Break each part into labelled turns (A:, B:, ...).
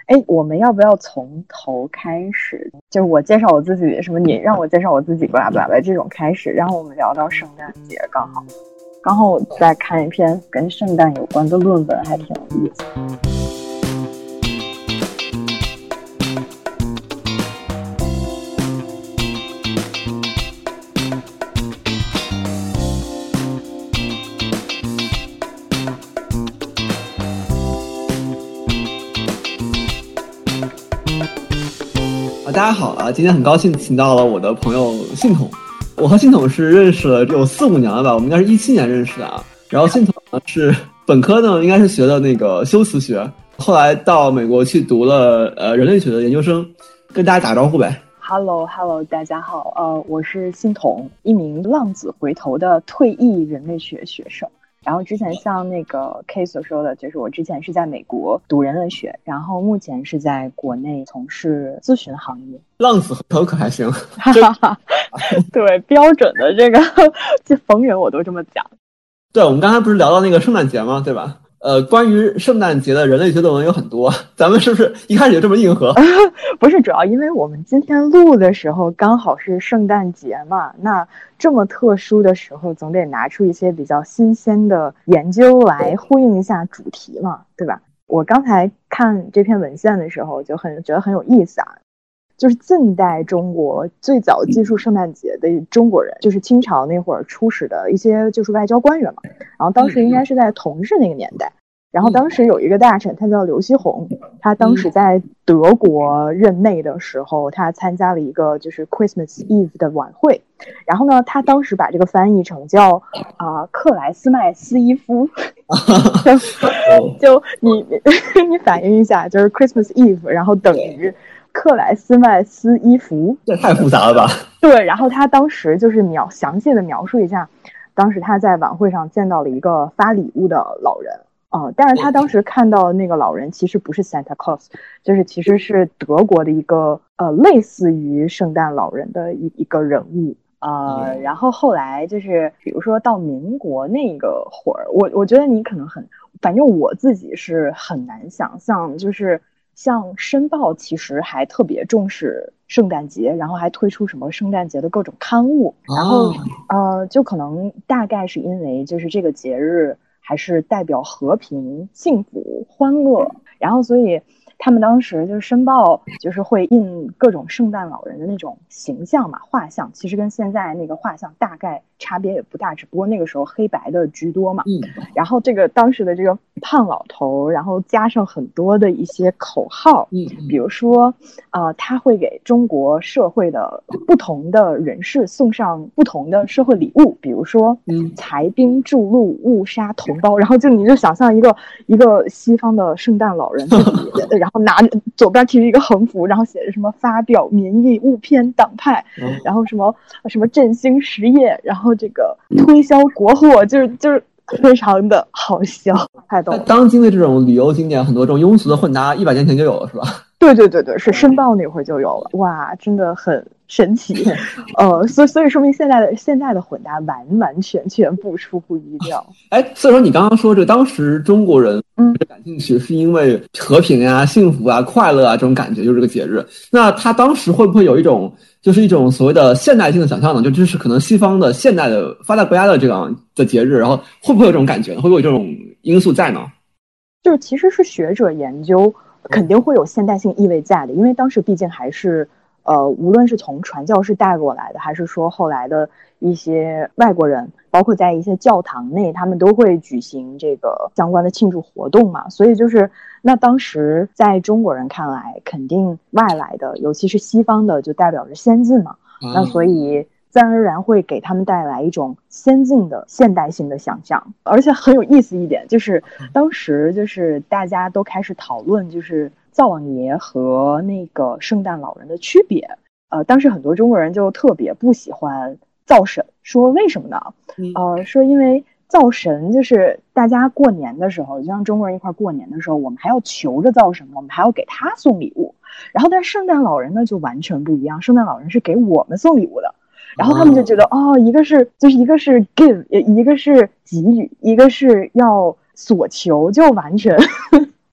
A: 哎，我们要不要从头开始？就是我介绍我自己，什么你让我介绍我自己，巴拉巴拉这种开始，然后我们聊到圣诞节，刚好我在看一篇跟圣诞有关的论文，还挺有意思。
B: 大家好啊！今天很高兴请到了我的朋友信统。我和信统是认识了有4-5年了吧，我们应该是17年认识的啊。然后信统呢是本科呢应该是学的那个修辞学，后来到美国去读了人类学的研究生，跟大家打招呼呗。
A: Hello， 大家好，我是信统，一名浪子回头的退役人类学学生。然后之前像那个 K 所说的，就是我之前是在美国读人类学，然后目前是在国内从事咨询行业。
B: 浪子回头可还行？
A: 对，标准的这个逢人我都这么讲。
B: 对，我们刚才不是聊到那个圣诞节吗？对吧？关于圣诞节的人类学论文有很多，咱们是不是一开始就这么硬核？
A: 不是，主要因为我们今天录的时候刚好是圣诞节嘛，那这么特殊的时候，总得拿出一些比较新鲜的研究来呼应一下主题嘛，对吧？我刚才看这篇文献的时候，就觉得很有意思啊。就是近代中国最早记述圣诞节的中国人，就是清朝那会儿出使的一些就是外交官员嘛。然后当时应该是在同治那个年代，然后当时有一个大臣，他叫刘锡鸿，他当时在德国任内的时候，他参加了一个就是 Christmas Eve 的晚会，然后呢，他当时把这个翻译成叫克莱斯麦斯伊夫，就你反应一下，就是 Christmas Eve， 然后等于克莱斯麦斯伊夫，
B: 这太复杂了吧？
A: 对，然后他当时就是详细的描述一下，当时他在晚会上见到了一个发礼物的老人。但是他当时看到那个老人其实不是 Santa Claus， 就是其实是德国的一个类似于圣诞老人的一个人物。然后后来就是比如说到民国那个会儿，我觉得你可能反正我自己是很难想象，就是像申报其实还特别重视圣诞节，然后还推出什么圣诞节的各种刊物，然后就可能大概是因为就是这个节日还是代表和平、幸福、欢乐，然后所以他们当时就是申报就是会印各种圣诞老人的那种形象嘛，画像，其实跟现在那个画像大概差别也不大，只不过那个时候黑白的居多嘛。然后这个当时的这个胖老头，然后加上很多的一些口号，比如说他会给中国社会的不同的人士送上不同的社会礼物，比如说财兵筑路，误杀同胞，然后你就想象一个西方的圣诞老人自己然后拿着左边提着一个横幅，然后写着什么发表民意、务偏党派，然后什么振兴实业，然后这个推销国货，就是非常的好笑，太逗了。
B: 当今的这种旅游景点，很多这种庸俗的混搭，100年前就有了，是吧？
A: 对，是申报那会儿就有了，哇，真的很神奇。所以说明现在的混搭完全不出乎意料。
B: 所以说你刚刚说这个当时中国人感兴趣，是因为和平啊、幸福啊、快乐啊这种感觉，就是这个节日。那他当时会不会有一种所谓的现代性的想象呢？就是可能西方的现代的发达国家的这样的节日，然后会不会有这种感觉呢？会不会有这种因素在呢？
A: 就是其实是学者研究肯定会有现代性意味在的，因为当时毕竟还是无论是从传教士带过来的，还是说后来的一些外国人，包括在一些教堂内，他们都会举行这个相关的庆祝活动嘛。所以就是那当时在中国人看来，肯定外来的，尤其是西方的，就代表着先进嘛。那所以自然而然会给他们带来一种先进的现代性的想象。而且很有意思一点就是当时就是大家都开始讨论就是灶王爷和那个圣诞老人的区别。当时很多中国人就特别不喜欢灶神，说为什么呢？说因为灶神就是大家过年的时候，就像中国人一块过年的时候，我们还要求着灶神，我们还要给他送礼物。然后但是圣诞老人呢就完全不一样，圣诞老人是给我们送礼物的。然后他们就觉得一个是 give， 一个是给予，一个是要所求，就完全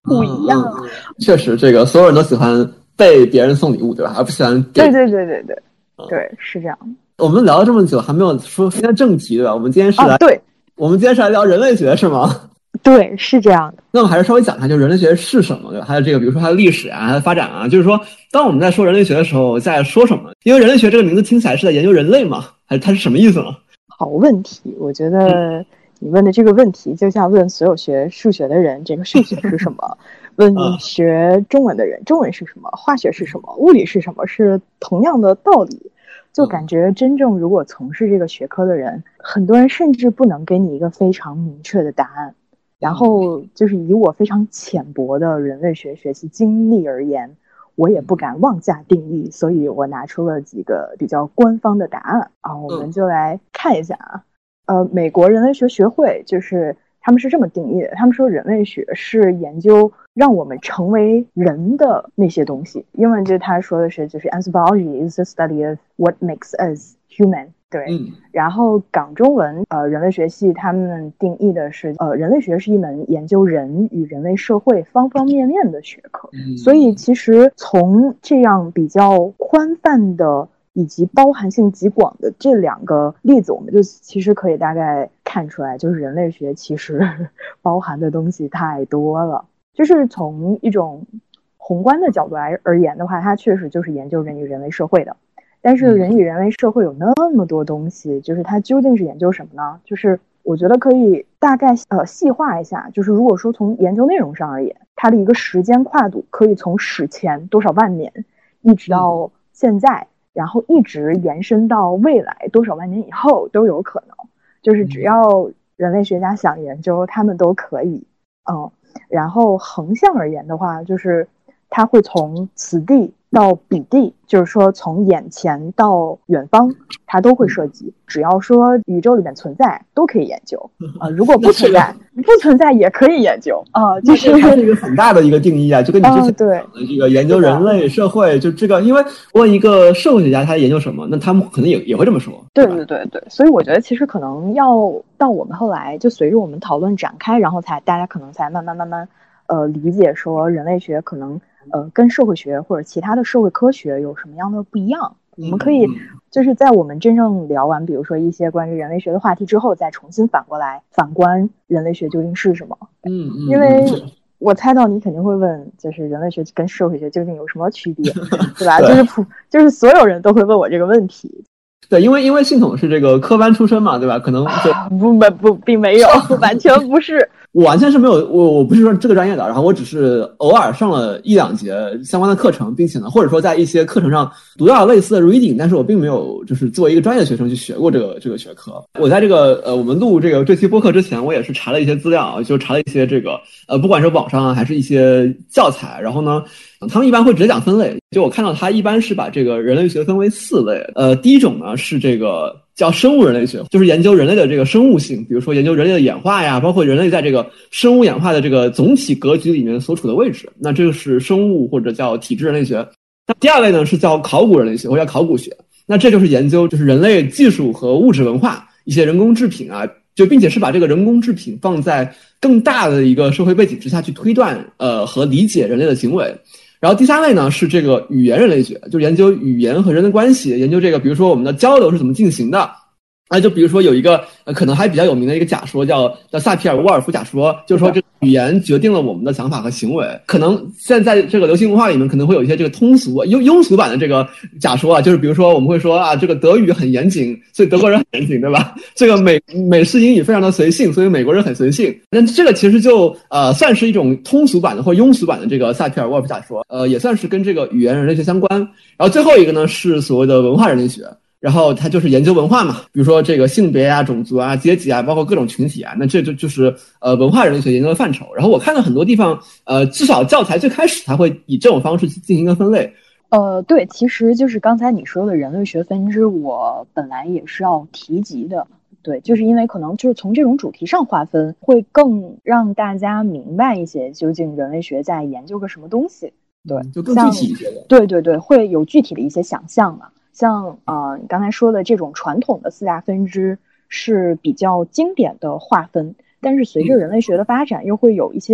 A: 不一样。
B: 确实，这个所有人都喜欢被别人送礼物，对吧？而不喜欢给。
A: 对，是这样。
B: 我们聊了这么久，还没有说今天正题，对吧？我们今天是来，
A: 对，
B: 我们今天是来聊人类学，是吗？
A: 对，是这样的。
B: 那我们还是稍微讲一下，就是人类学是什么，对吧？还有这个，比如说它的历史啊，它的发展啊，就是说，当我们在说人类学的时候，在说什么？因为人类学这个名字听起来是在研究人类嘛，还是它是什么意思呢？
A: 好问题，我觉得你问的这个问题，就像问所有学数学的人，这个数学是什么？问学中文的人，中文是什么？化学是什么？物理是什么？是同样的道理。就感觉真正如果从事这个学科的人，很多人甚至不能给你一个非常明确的答案。然后就是以我非常浅薄的人类学学习经历而言，我也不敢妄下定义，所以我拿出了几个比较官方的答案啊，我们就来看一下啊。美国人类学学会就是他们是这么定义的，他们说人类学是研究让我们成为人的那些东西。英文就他说的是就是 anthropology is the study of what makes us human。对，然后港中文人类学系他们定义的是人类学是一门研究人与人类社会方方面面的学科。所以其实从这样比较宽泛的以及包含性极广的这两个例子，我们就其实可以大概看出来，就是人类学其实包含的东西太多了。就是从一种宏观的角度而言的话，它确实就是研究人与人类社会的。但是人与人类社会有那么多东西，就是它究竟是研究什么呢？就是我觉得可以大概细化一下，就是如果说从研究内容上而言，它的一个时间跨度可以从史前多少万年一直到现在，然后一直延伸到未来多少万年以后都有可能，就是只要人类学家想研究，他们都可以。然后横向而言的话，就是它会从此地到彼地，就是说从眼前到远方，它都会涉及。只要说宇宙里面存在，都可以研究如果不存在，不存在也可以研究就是
B: 它是一个很大的一个定义啊，就跟你之前
A: 对
B: 这个研究人类社会，就这个，因为问一个社会学家他研究什么，那他们可能也会这么说。
A: 对，所以我觉得其实可能要到我们后来，就随着我们讨论展开，然后大家可能才慢慢理解说人类学可能跟社会学或者其他的社会科学有什么样的不一样。我们可以就是在我们真正聊完比如说一些关于人类学的话题之后，再重新反观人类学究竟是什么。因为我猜到你肯定会问，就是人类学跟社会学究竟有什么区别对吧？就是所有人都会问我这个问题。
B: 对，因为信统是这个科班出身嘛，对吧？可能
A: 不，并没有，完全不是。
B: 我完全是没有，我不是说这个专业的，然后我只是偶尔上了一两节相关的课程，并且呢，或者说在一些课程上读到类似的 reading， 但是我并没有就是作为一个专业的学生去学过这个学科。我在这个我们录这期播客之前，我也是查了一些资料，就查了一些这个不管是网上啊还是一些教材，然后呢，他们一般会直接讲分类。就我看到他一般是把这个人类学分为4类，第一种呢是这个叫生物人类学，就是研究人类的这个生物性，比如说研究人类的演化呀，包括人类在这个生物演化的这个总体格局里面所处的位置，那这个是生物或者叫体质人类学。那第2类呢是叫考古人类学或者叫考古学，那这就是研究就是人类技术和物质文化一些人工制品啊，就并且是把这个人工制品放在更大的一个社会背景之下去推断和理解人类的行为。然后第3类呢是这个语言人类学，就是研究语言和人的关系，研究这个比如说我们的交流是怎么进行的。就比如说有一个可能还比较有名的一个假说叫萨皮尔沃尔夫假说，就是说这个语言决定了我们的想法和行为。可能现在这个流行文化里面可能会有一些这个通俗庸俗版的这个假说啊，就是比如说我们会说啊，这个德语很严谨，所以德国人很严谨，对吧？这个美式英语非常的随性，所以美国人很随性。那这个其实就算是一种通俗版的或庸俗版的这个萨皮尔沃尔夫假说，也算是跟这个语言人类学相关。然后最后一个呢是所谓的文化人类学。然后它就是研究文化嘛，比如说这个性别啊、种族啊、阶级啊，包括各种群体啊，那这就是文化人类学研究的范畴。然后我看到很多地方，至少教材最开始它会以这种方式去进行一个分类。
A: 对，其实就是刚才你说的人类学分支，我本来也是要提及的。对，就是因为可能就是从这种主题上划分，会更让大家明白一些，究竟人类学在研究个什么东西。对，
B: 就更具体一些的。
A: 对，会有具体的一些想象了。像你刚才说的这种传统的4大分支是比较经典的划分，但是随着人类学的发展，又会有一些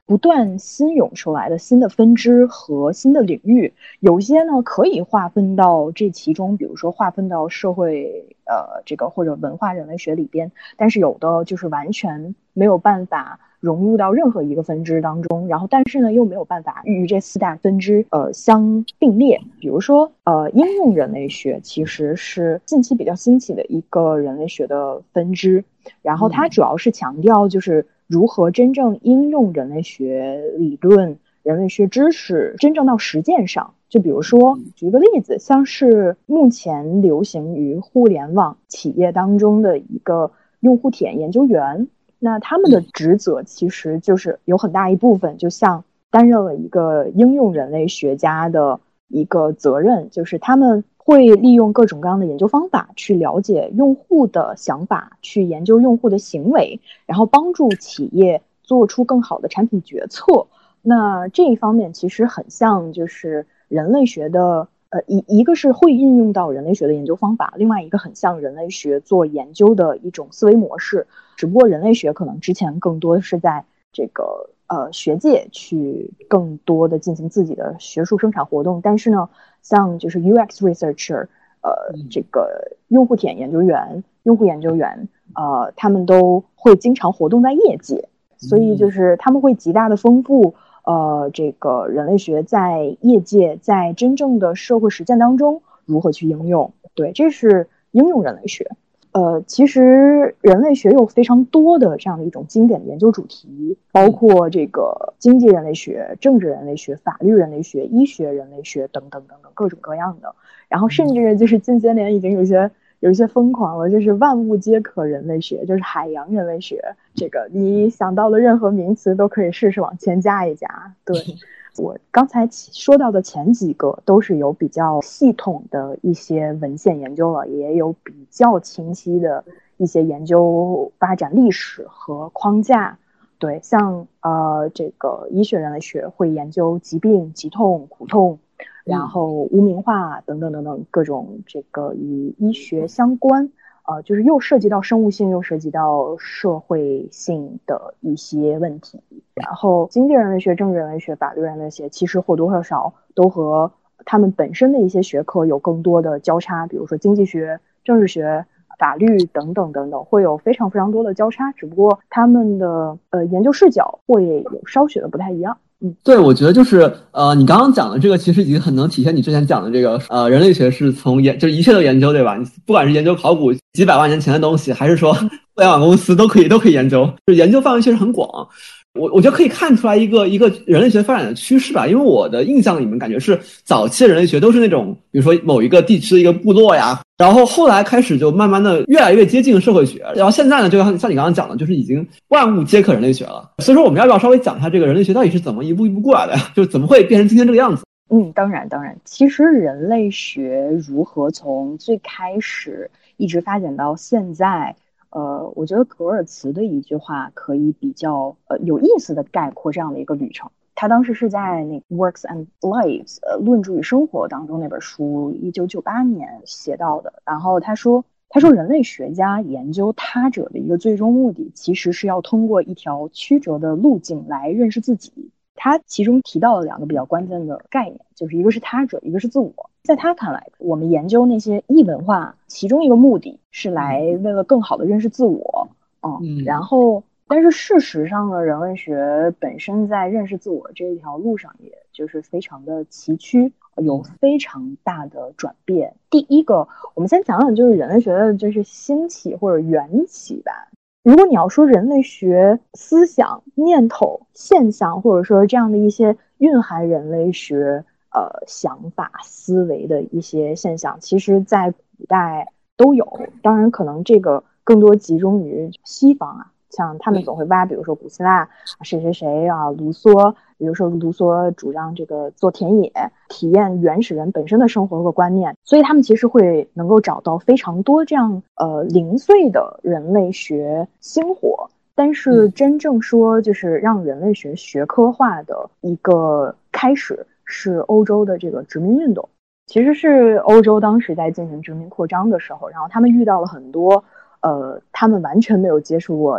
A: 不断新涌出来的新的分支和新的领域，有些呢可以划分到这其中，比如说划分到社会这个或者文化人类学里边，但是有的就是完全没有办法融入到任何一个分支当中，然后但是呢又没有办法与这4大分支相并列。比如说应用人类学其实是近期比较兴起的一个人类学的分支，然后它主要是强调就是如何真正应用人类学理论、人类学知识真正到实践上。就比如说举个例子，像是目前流行于互联网企业当中的一个用户体验研究员，那他们的职责其实就是有很大一部分就像担任了一个应用人类学家的一个责任，就是他们会利用各种各样的研究方法去了解用户的想法，去研究用户的行为，然后帮助企业做出更好的产品决策。那这一方面其实很像就是人类学的一个是会应用到人类学的研究方法，另外一个很像人类学做研究的一种思维模式，只不过人类学可能之前更多是在这个学界去更多的进行自己的学术生产活动，但是呢像就是 UX researcher 这个用户体验研究员、用户研究员他们都会经常活动在业界，所以就是他们会极大的丰富这个人类学在业界在真正的社会实践当中如何去应用。对，这是应用人类学。其实人类学有非常多的这样的一种经典的研究主题，包括这个经济人类学、政治人类学、法律人类学、医学人类学等等等等各种各样的。然后甚至就是近些年已经有一些疯狂了，就是万物皆可人类学，就是海洋人类学。这个你想到的任何名词都可以试试往前加一加。对，我刚才说到的前几个都是有比较系统的一些文献研究了，也有比较清晰的一些研究发展历史和框架。对，像这个医学人类学会研究疾病、疾痛、苦痛，然后污名化等等等等各种这个与医学相关就是又涉及到生物性又涉及到社会性的一些问题。然后经济人类学、政治人类学、法律人类学其实或多或少都和他们本身的一些学科有更多的交叉，比如说经济学、政治学、法律等等等等，会有非常非常多的交叉，只不过他们的研究视角会有稍许的不太一样。
B: 对，我觉得就是你刚刚讲的这个其实已经很能体现你之前讲的这个人类学是从就一切都研究，对吧？你不管是研究考古几百万年前的东西，还是说互联网公司都可以研究，就研究范围确实很广。我觉得可以看出来一个人类学发展的趋势吧，因为我的印象里面感觉是早期的人类学都是那种比如说某一个地区的一个部落呀，然后后来开始就慢慢的越来越接近社会学，然后现在呢就像你刚刚讲的，就是已经万物皆可人类学了。所以说我们要不要稍微讲一下这个人类学到底是怎么一步一步过来的呀？就怎么会变成今天这个样子？
A: 当然，其实人类学如何从最开始一直发展到现在，我觉得格尔茨的一句话可以比较有意思的概括这样的一个旅程。他当时是在那个 Works and Lives 论著与生活当中那本书1998年写到的。然后他说人类学家研究他者的一个最终目的，其实是要通过一条曲折的路径来认识自己。他其中提到了2个比较关键的概念，就是一个是他者，一个是自我。在他看来，我们研究那些异文化，其中一个目的是来为了更好的认识自我。然后但是事实上呢，人类学本身在认识自我这一条路上，也就是非常的崎岖，有非常大的转变。第一个，我们先讲讲就是人类学的就是兴起或者缘起吧。如果你要说人类学思想、念头、现象，或者说这样的一些蕴含人类学想法、思维的一些现象，其实在古代都有。当然，可能这个更多集中于西方啊，像他们总会挖，比如说古希腊谁谁谁啊，卢梭，比如说卢梭主张这个做田野，体验原始人本身的生活和观念，所以他们其实会能够找到非常多这样零碎的人类学星火。但是真正说就是让人类学学科化的一个开始是欧洲的这个殖民运动。其实是欧洲当时在进行殖民扩张的时候，然后他们遇到了很多他们完全没有接触过的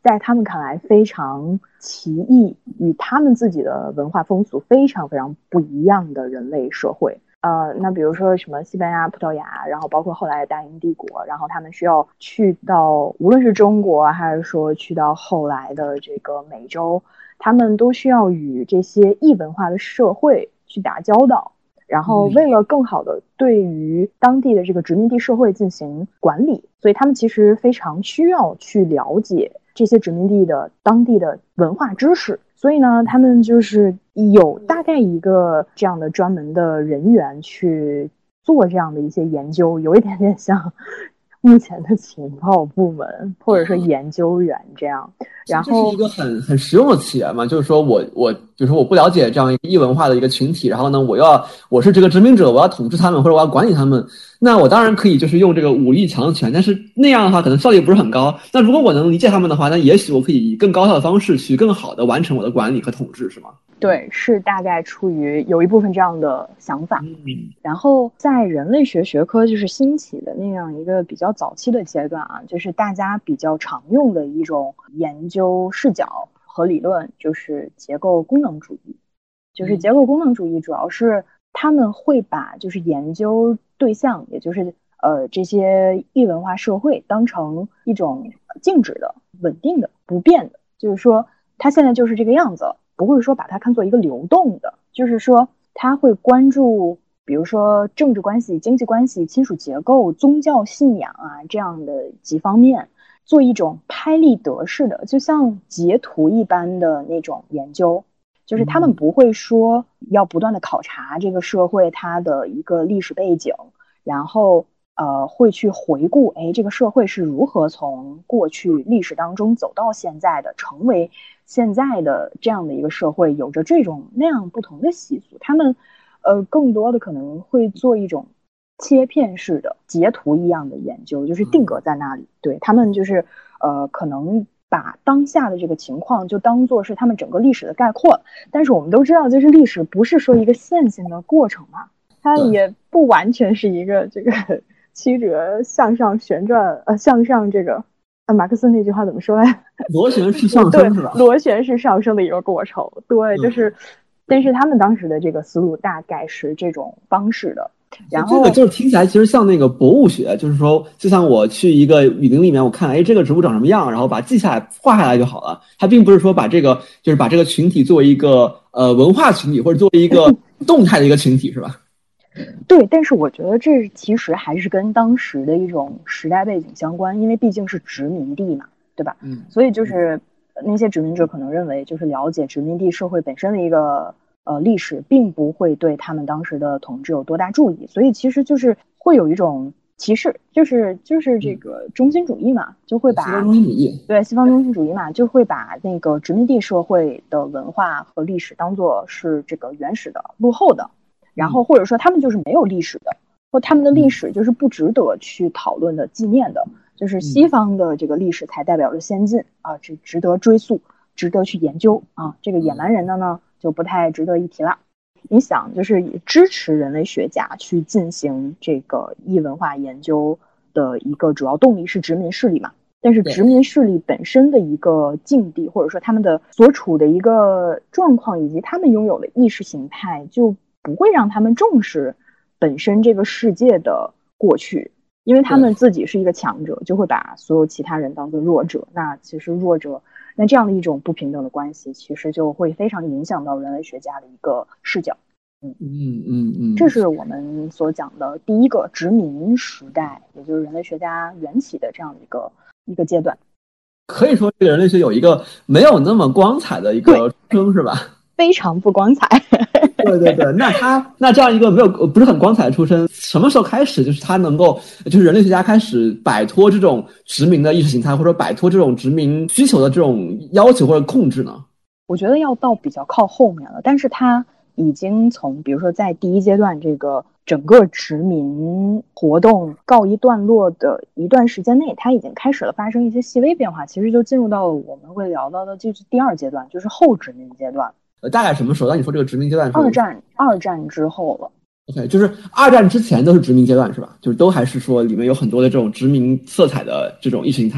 A: 在他们看来非常奇异，与他们自己的文化风俗非常非常不一样的人类社会。那比如说什么西班牙、葡萄牙，然后包括后来的大英帝国，然后他们需要去到无论是中国还是说去到后来的这个美洲，他们都需要与这些异文化的社会去打交道。然后为了更好的对于当地的这个殖民地社会进行管理，所以他们其实非常需要去了解这些殖民地的当地的文化知识。所以呢，他们就是有大概一个这样的专门的人员去做这样的一些研究，有一点点像目前的情报部门或者说研究员这样。然后
B: 这是一个很实用的起源嘛，就是说我比如说我不了解这样一个异文化的一个群体，然后呢我是这个殖民者，我要统治他们或者我要管理他们，那我当然可以就是用这个武力强权，但是那样的话可能效率不是很高。那如果我能理解他们的话，那也许我可以以更高效的方式去更好的完成我的管理和统治，是吗？
A: 对，是大概出于有一部分这样的想法。然后在人类学学科就是兴起的那样一个比较早期的阶段啊，就是大家比较常用的一种研究视角和理论就是结构功能主义。就是结构功能主义主要是他们会把就是研究对象，也就是这些异文化社会当成一种静止的、稳定的、不变的，就是说它现在就是这个样子了，不会说把它看作一个流动的，就是说他会关注比如说政治关系、经济关系、亲属结构、宗教信仰啊这样的几方面，做一种拍立得式的，就像截图一般的那种研究。就是他们不会说要不断的考察这个社会它的一个历史背景，然后会去回顾这个社会是如何从过去历史当中走到现在的，成为现在的这样的一个社会，有着这种那样不同的习俗。他们更多的可能会做一种切片式的截图一样的研究，就是定格在那里。对，他们就是可能把当下的这个情况就当作是他们整个历史的概括。但是我们都知道，就是历史不是说一个线性的过程嘛，它也不完全是一个这个曲折向上旋转向上这个马克思那句话怎么说来？
B: 螺旋式上升是吧？
A: 螺旋式上升的一个过程。对，就是但是他们当时的这个思路大概是这种方式的。然后
B: 这个就是听起来其实像那个博物学，就是说就像我去一个雨林里面，我看这个植物长什么样，然后把它记下来画下来就好了。它并不是说把这个群体作为一个文化群体或者作为一个动态的一个群体，是吧？
A: 对，但是我觉得这其实还是跟当时的一种时代背景相关，因为毕竟是殖民地嘛，对吧？所以就是那些殖民者可能认为，就是了解殖民地社会本身的一个历史，并不会对他们当时的统治有多大注意，所以其实就是会有一种歧视，就是这个中心主义嘛，就会把
B: 西方中心主义，
A: 对西方中心主义嘛，就会把那个殖民地社会的文化和历史当作是这个原始的、落后的。然后或者说他们就是没有历史的，或他们的历史就是不值得去讨论的、纪念的，就是西方的这个历史才代表着先进啊，这值得追溯、值得去研究啊。这个野蛮人的呢就不太值得一提了。你想，就是以支持人类学家去进行这个异文化研究的一个主要动力是殖民势力嘛？但是殖民势力本身的一个境地，或者说他们的所处的一个状况，以及他们拥有的意识形态，就不会让他们重视本身这个世界的过去，因为他们自己是一个强者，就会把所有其他人当作弱者。那其实弱者，那这样的一种不平等的关系，其实就会非常影响到人类学家的一个视角。这是我们所讲的第一个殖民时代，也就是人类学家缘起的这样的一个阶段。
B: 可以说这个人类学有一个没有那么光彩的一个出生，是吧？
A: 非常不光彩。
B: 对，那这样一个不是很光彩的出身，什么时候开始就是他能够就是人类学家开始摆脱这种殖民的意识形态，或者摆脱这种殖民需求的这种要求或者控制呢？
A: 我觉得要到比较靠后面了，但是他已经从比如说在第一阶段这个整个殖民活动告一段落的一段时间内，它已经开始了发生一些细微变化，其实就进入到了我们会聊到的就是第二阶段，就是后殖民阶段。
B: 大概什么时候？当你说这个殖民阶段是
A: 二战之后了。
B: OK， 就是二战之前都是殖民阶段是吧？就是都还是说里面有很多的这种殖民色彩的这种意识形态。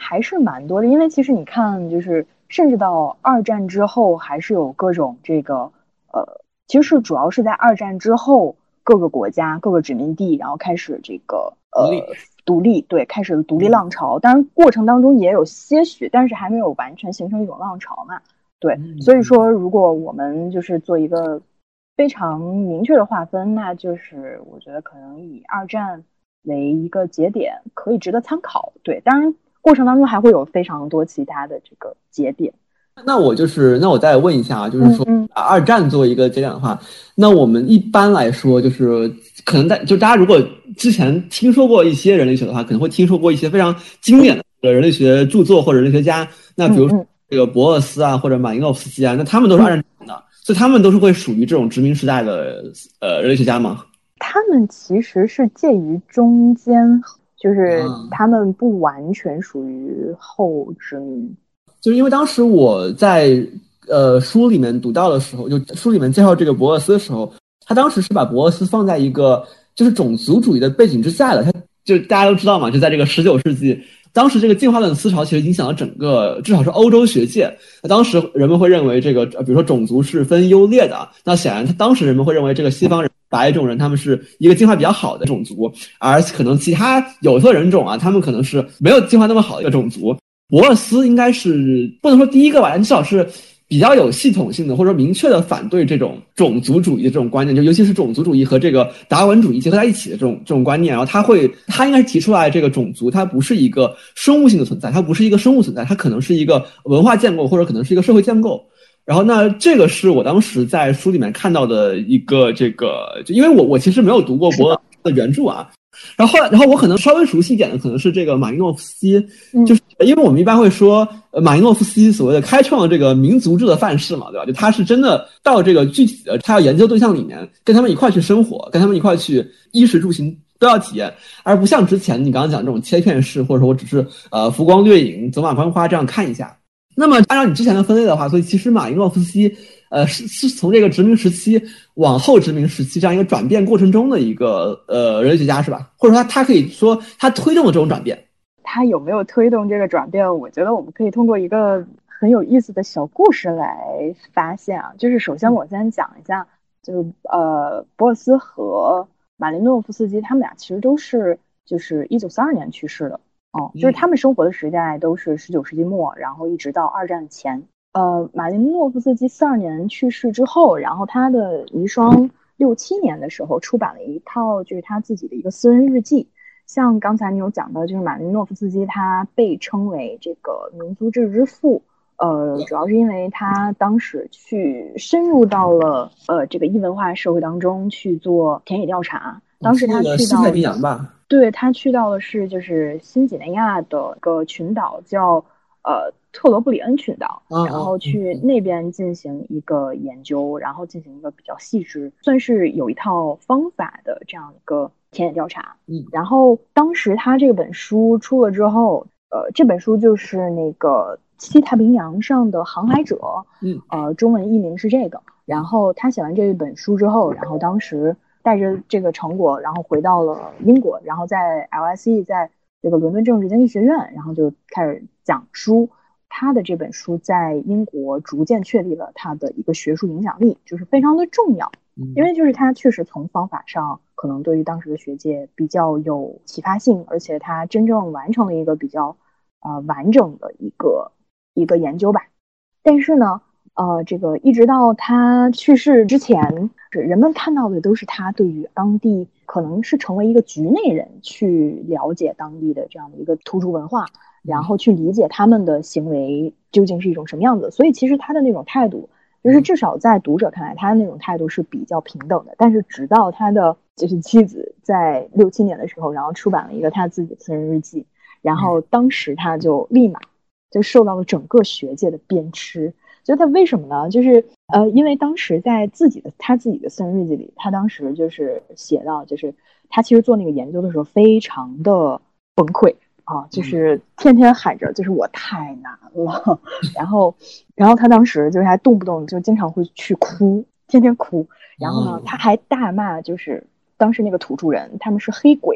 A: 还是蛮多的，因为其实你看，就是甚至到二战之后，还是有各种这个其实是主要是在二战之后，各个国家、各个殖民地，然后开始这个独立，对，开始了独立浪潮。当然，过程当中也有些许，但是还没有完全形成一种浪潮嘛。对，所以说，如果我们就是做一个非常明确的划分，那就是我觉得可能以二战为一个节点，可以值得参考。对，当然过程当中还会有非常多其他的这个节点。
B: 那我再问一下啊，就是说二战作为一个节点的话，那我们一般来说就是可能大家如果之前听说过一些人类学的话，可能会听说过一些非常经典的人类学著作或者人类学家，那比如说这个博厄斯啊或者马林诺夫斯基啊，那他们都是二战的，所以他们都是会属于这种殖民时代的人类学家吗？
A: 他们其实是介于中间，就是他们不完全属于后殖民。
B: 就是因为当时我在书里面读到的时候，就书里面介绍这个博厄斯的时候，他当时是把博厄斯放在一个就是种族主义的背景之下的。他就大家都知道嘛，就在这个19世纪，当时这个进化论思潮其实影响了整个至少是欧洲学界。那当时人们会认为这个比如说种族是分优劣的，那显然当时人们会认为这个西方人白种人他们是一个进化比较好的种族，而可能其他有色人种啊，他们可能是没有进化那么好的一个种族。博厄斯应该是不能说第一个吧，但至少是比较有系统性的或者说明确的反对这种种族主义的这种观念，就尤其是种族主义和这个达尔文主义结合在一起的这种观念。然后他应该是提出来这个种族它不是一个生物性的存在，它不是一个生物存在，它可能是一个文化建构或者可能是一个社会建构。然后那这个是我当时在书里面看到的一个就因为我其实没有读过博厄斯的原著啊。然后我可能稍微熟悉一点的可能是这个马林诺夫斯基，就是因为我们一般会说马林诺夫斯基所谓的开创了这个民族志的范式嘛，对吧？就他是真的到这个具体的他要研究对象里面，跟他们一块去生活，跟他们一块去衣食住行都要体验，而不像之前你刚刚讲这种切片式，或者说我只是浮光掠影、走马观花这样看一下。那么按照你之前的分类的话，所以其实马林诺夫斯基是从这个殖民时期往后殖民时期这样一个转变过程中的一个人类学家是吧？或者说他可以说他推动了这种转变。
A: 他有没有推动这个转变？我觉得我们可以通过一个很有意思的小故事来发现啊。就是首先我先讲一下，就是博厄斯和马林诺夫斯基他们俩其实都是就是1942年去世的。就是他们生活的时代都是19世纪末，然后一直到二战前。马林诺夫斯基42年去世之后，然后他的遗孀67年的时候出版了一套就是他自己的一个私人日记。像刚才你有讲到，就是马林诺夫斯基他被称为这个民族志之父，主要是因为他当时去深入到了这个异文化社会当中去做田野调查。当时他去到
B: 西太平洋吧。
A: 对，他去到的是就是新几内亚的一个群岛叫特罗布里恩群岛，然后去那边进行一个研究，然后进行一个比较细致，算是有一套方法的这样一个田野调查。然后当时他这本书出了之后，这本书就是那个西太平洋上的航海者，中文译名是这个。然后他写完这一本书之后，然后当时带着这个成果，然后回到了英国，然后在 LSE 在这个伦敦政治经济学院，然后就开始讲书。他的这本书在英国逐渐确立了他的一个学术影响力，就是非常的重要。因为就是他确实从方法上可能对于当时的学界比较有启发性，而且他真正完成了一个比较完整的一个研究吧。但是呢这个一直到他去世之前，人们看到的都是他对于当地可能是成为一个局内人去了解当地的这样的一个突出文化，然后去理解他们的行为究竟是一种什么样子。所以其实他的那种态度，就是至少在读者看来，他的那种态度是比较平等的。但是直到他的就是妻子在67年的时候，然后出版了一个他自己的私人日记，然后当时他就立马就受到了整个学界的鞭笞。就他为什么呢？就是因为当时在他自己的私人日记里，他当时就是写到，就是他其实做那个研究的时候非常的崩溃啊，就是天天喊着就是我太难了，然后他当时就是还动不动就经常会去哭，天天哭，然后呢他还大骂就是当时那个土著人他们是黑鬼，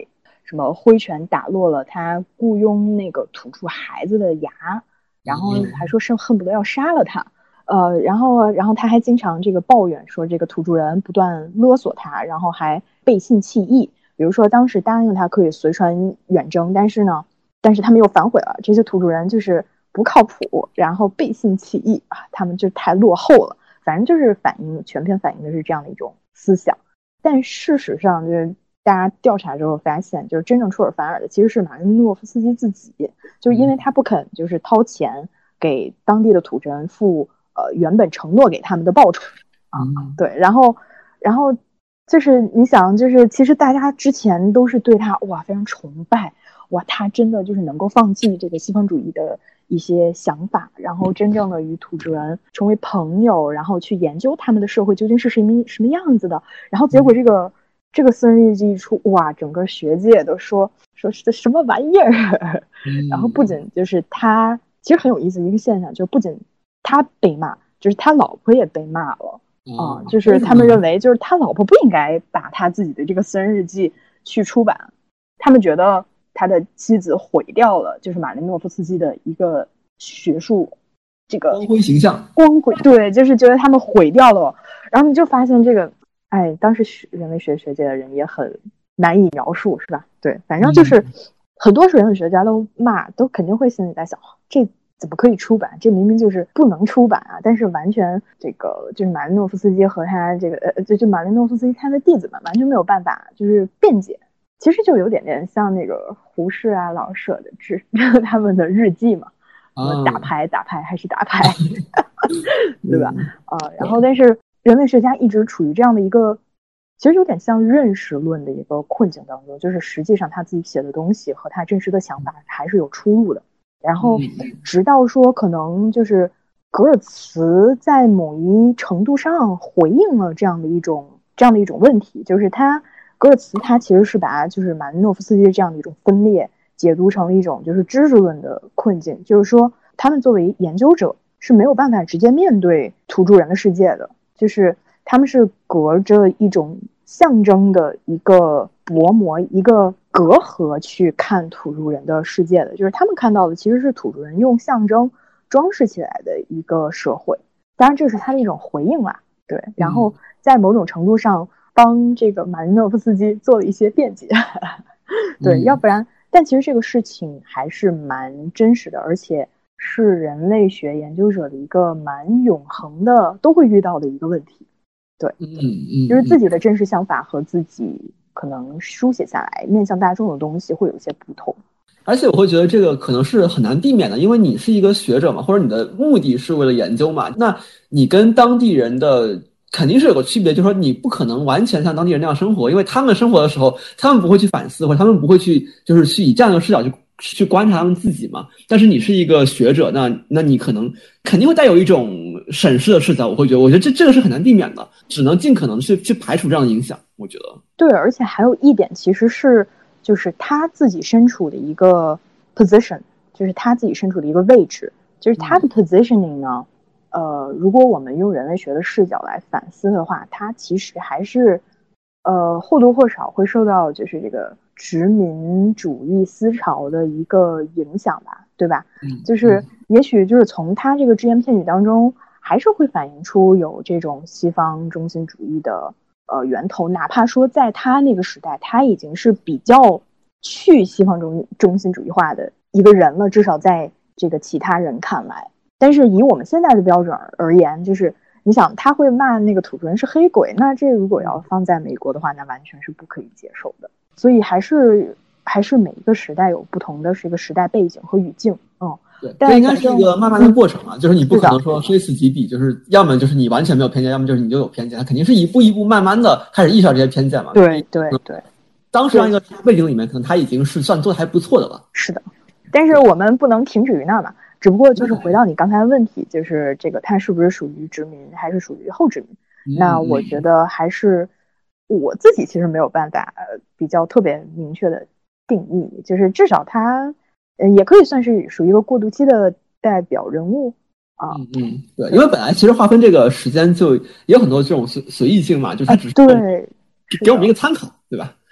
A: 什么挥拳打落了他雇佣那个土著孩子的牙，然后还说是恨不得要杀了他。然后他还经常这个抱怨说这个土著人不断勒索他，然后还背信弃义。比如说当时答应他可以随船远征，但是他们又反悔了。这些土著人就是不靠谱，然后背信弃义啊，他们就太落后了。反正就是全片反映的是这样的一种思想。但事实上，就是大家调查之后发现，就是真正出尔反尔的其实是马林诺夫斯基自己，就是因为他不肯就是掏钱给当地的土著人付原本承诺给他们的报酬啊，对，然后就是你想，就是其实大家之前都是对他哇非常崇拜，哇他真的就是能够放弃这个西方主义的一些想法，然后真正的与土著人成为朋友，然后去研究他们的社会究竟是什么样子的，然后结果这个私人日记一出，哇，整个学界都说是什么玩意儿，然后不仅就是他，其实很有意思一个现象，就是不仅他被骂，就是他老婆也被骂了啊，就是他们认为就是他老婆不应该把他自己的这个私人日记去出版，他们觉得他的妻子毁掉了就是马林诺夫斯基的一个学术这个
B: 光辉形象，
A: 对，就是觉得他们毁掉了，然后你就发现这个，哎，当时人类学界的人也很难以描述，是吧？对，反正就是很多人类学家都骂，都肯定会心里在想，这怎么可以出版？这明明就是不能出版啊！但是完全这个就是马林诺夫斯基和他这个就马林诺夫斯基他的弟子们完全没有办法就是辩解。其实就有点像那个胡适啊、老舍的他们的日记嘛，打牌还是打牌，对吧？然后但是人类学家一直处于这样的一个，其实有点像认识论的一个困境当中，就是实际上他自己写的东西和他真实的想法还是有出入的。然后直到说可能就是格尔茨在某一程度上回应了这样的一种问题，就是格尔茨他其实是把就是马林诺夫斯基这样的一种分裂解读成了一种就是知识论的困境，就是说他们作为研究者是没有办法直接面对土著人的世界的，就是他们是隔着一种象征的一个薄膜一个隔阂去看土著人的世界的，就是他们看到的其实是土著人用象征装饰起来的一个社会，当然这是他的一种回应啦，对，然后在某种程度上帮这个马林诺夫斯基做了一些辩解对，要不然但其实这个事情还是蛮真实的，而且是人类学研究者的一个蛮永恒的都会遇到的一个问题，对，就是自己的真实想法和自己可能书写下来面向大众的东西会有一些不同。
B: 而且我会觉得这个可能是很难避免的，因为你是一个学者嘛，或者你的目的是为了研究嘛，那你跟当地人的肯定是有个区别，就是说你不可能完全像当地人那样生活，因为他们生活的时候，他们不会去反思，或者他们不会去以这样的视角去观察他们自己嘛。但是你是一个学者，那你肯定会带有一种审视的视角，我觉得这个是很难避免的，只能尽可能去排除这样的影响，我觉得。
A: 对，而且还有一点其实是就是他自己身处的一个 position， 就是他自己身处的一个位置，就是他的 positioning 呢，如果我们用人类学的视角来反思的话，他其实还是或多或少会受到就是这个殖民主义思潮的一个影响吧，对吧？就是也许就是从他这个只言片语当中，还是会反映出有这种西方中心主义的源头，哪怕说在他那个时代，他已经是比较去西方中心主义化的一个人了，至少在这个其他人看来。但是以我们现在的标准而言，就是你想他会骂那个土著人是黑鬼，那这如果要放在美国的话，那完全是不可以接受的。所以还是每一个时代有不同的是一个时代背景和语境，
B: 对，这应该是一个慢慢的过程嘛，就是你不可能说非此即彼，就是要么就是你完全没有偏见，要么就是你就有偏见，它肯定是一步一步慢慢的开始意识到这些偏见嘛。
A: 对，
B: 当时这样一个背景里面，可能他已经是算做的还不错的了。
A: 是的，但是我们不能停止于那嘛，只不过就是回到你刚才的问题，就是这个它是不是属于殖民还是属于后殖民？那我觉得还是我自己其实没有办法比较特别明确的定义，就是至少它也可以算是属于一个过渡期的代表人物啊。
B: 对，因为本来其实划分这个时间就也有很多这种随意性嘛，就是它只是
A: 对
B: 给我们一个参考，对吧？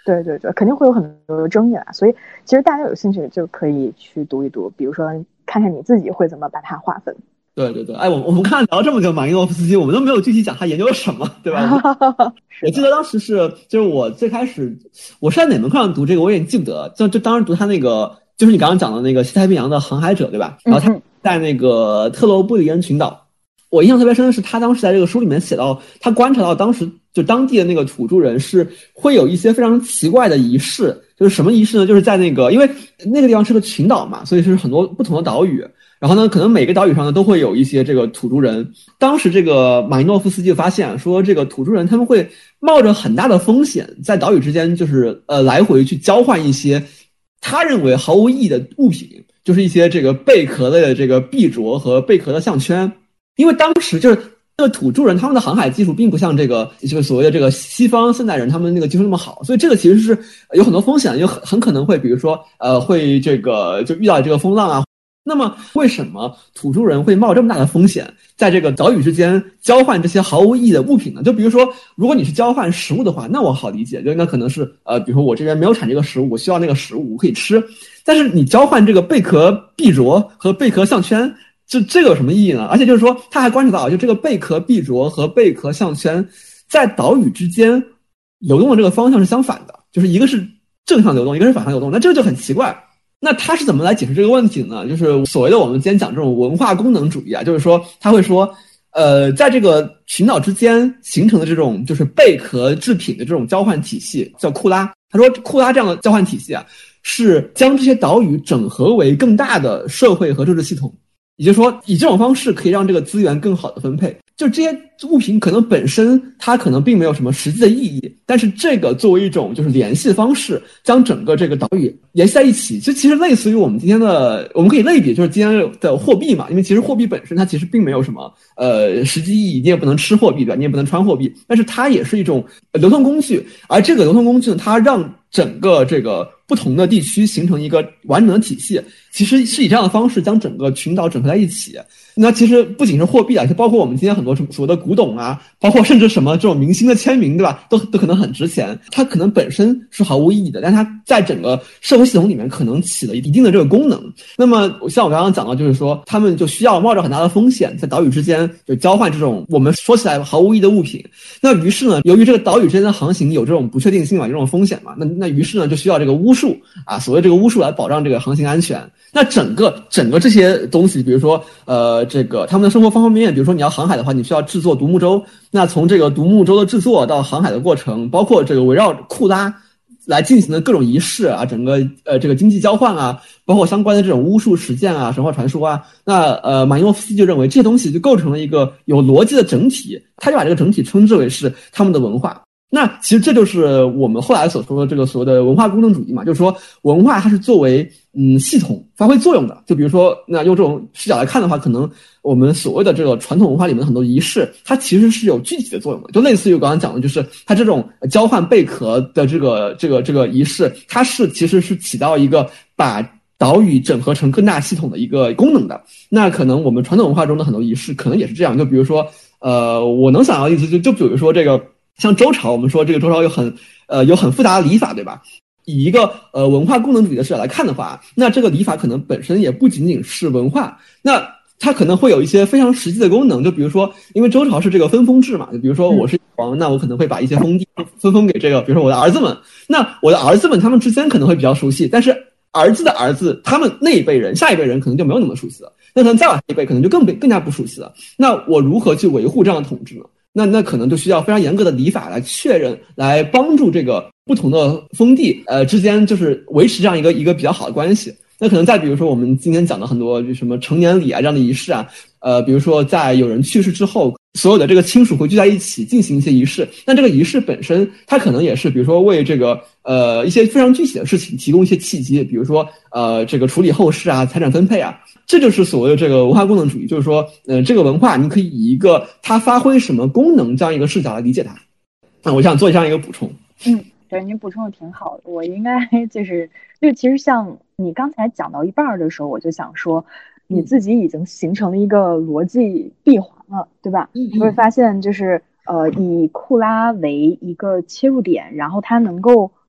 A: 对对对，肯定会有很多争议啦。所以其实大家有兴趣就可以去读一读，比如说看看你自己会怎么把它划分。
B: 对对对，哎，我们看聊这么久马伊诺夫斯基，我们都没有具体讲他研究了什么，对吧？我记得当时就是我最开始我是在哪门课上读这个，我也记不得，就当时读他那个就是你刚刚讲的那个西太平洋的航海者，对吧？然后他在那个特罗布里根群岛，我印象特别深的是他当时在这个书里面写到，他观察到当时就当地的那个土著人是会有一些非常奇怪的仪式，就是什么仪式呢？就是在那个因为那个地方是个群岛嘛，所以是很多不同的岛屿。然后呢，可能每个岛屿上呢都会有一些这个土著人。当时这个马伊诺夫斯基就发现说，这个土著人他们会冒着很大的风险，在岛屿之间就是来回去交换一些他认为毫无意义的物品，就是一些这个贝壳类的这个臂镯和贝壳的项圈。因为当时就是这个土著人他们的航海技术并不像这个所谓的这个西方现代人他们那个技术那么好，所以这个其实是有很多风险，有很可能会比如说会这个就遇到这个风浪啊。那么为什么土著人会冒这么大的风险在这个岛屿之间交换这些毫无意义的物品呢？就比如说如果你是交换食物的话，那我好理解，就那可能是比如说我这边没有产这个食物，我需要那个食物我可以吃。但是你交换这个贝壳臂镯和贝壳项圈，这个有什么意义呢？而且就是说他还观察到，就这个贝壳臂镯和贝壳项圈在岛屿之间流动的这个方向是相反的，就是一个是正向流动，一个是反向流动，那这个就很奇怪。那他是怎么来解释这个问题呢？就是所谓的我们今天讲这种文化功能主义啊，就是说他会说，在这个群岛之间形成的这种就是贝壳制品的这种交换体系叫库拉。他说库拉这样的交换体系啊，是将这些岛屿整合为更大的社会和政治系统。也就是说，以这种方式可以让这个资源更好的分配。就这些物品可能本身它可能并没有什么实际的意义，但是这个作为一种就是联系方式，将整个这个岛屿联系在一起，其实类似于我们今天的，我们可以类比就是今天的货币嘛，因为其实货币本身它其实并没有什么实际意义，你也不能吃货币对吧？你也不能穿货币，但是它也是一种流通工具，而这个流通工具呢，它让整个这个不同的地区形成一个完整的体系，其实是以这样的方式将整个群岛整合在一起。那其实不仅是货币啊，就包括我们今天很多所谓的古董啊，包括甚至什么这种明星的签名，对吧？都可能很值钱。它可能本身是毫无意义的，但它在整个社会系统里面可能起了一定的这个功能。那么像我刚刚讲到，就是说他们就需要冒着很大的风险，在岛屿之间就交换这种我们说起来毫无意义的物品。那于是呢，由于这个岛屿之间的航行有这种不确定性嘛，有这种风险嘛，那于是呢就需要这个巫术啊，所谓这个巫术来保障这个航行安全。那整个这些东西，比如说这个他们的生活方方面面，比如说你要航海的话，你需要制作独木舟。那从这个独木舟的制作到航海的过程，包括这个围绕库拉来进行的各种仪式啊，整个这个经济交换啊，包括相关的这种巫术实践啊、神话传说啊，那马伊诺夫斯基就认为这些东西就构成了一个有逻辑的整体，他就把这个整体称之为是他们的文化。那其实这就是我们后来所说的这个所谓的文化功能主义嘛，就是说文化它是作为系统发挥作用的。就比如说，那用这种视角来看的话，可能我们所谓的这个传统文化里面的很多仪式，它其实是有具体的作用的，就类似于我刚刚讲的，就是它这种交换贝壳的这个仪式，它其实是起到一个把岛屿整合成更大系统的一个功能的。那可能我们传统文化中的很多仪式可能也是这样，就比如说我能想到的意思就比如说这个像周朝，我们说这个周朝有很复杂的礼法，对吧？以一个文化功能主义的视角来看的话，那这个礼法可能本身也不仅仅是文化，那它可能会有一些非常实际的功能。就比如说，因为周朝是这个分封制嘛，就比如说我是王，那我可能会把一些封地分封给这个，比如说我的儿子们。那我的儿子们他们之间可能会比较熟悉，但是儿子的儿子他们那一辈人、下一辈人可能就没有那么熟悉了，那可能再往下一辈可能就更加不熟悉了。那我如何去维护这样的统治呢？那可能就需要非常严格的礼法来确认，来帮助这个不同的封地之间就是维持这样一个比较好的关系。那可能再比如说我们今天讲的很多什么成年礼啊这样的仪式啊，比如说在有人去世之后，所有的这个亲属会聚在一起进行一些仪式，那这个仪式本身它可能也是比如说为这个一些非常具体的事情提供一些契机，比如说这个处理后事啊、财产分配啊。这就是所谓的这个文化功能主义，就是说这个文化你可以以一个它发挥什么功能这样一个视角来理解它。那我想做这样一个补充。
A: 对，您补充的挺好的。我应该就其实像你刚才讲到一半的时候，我就想说，你自己已经形成了一个逻辑闭环了，对吧？你会发现就是以库拉为一个切入点，然后它能够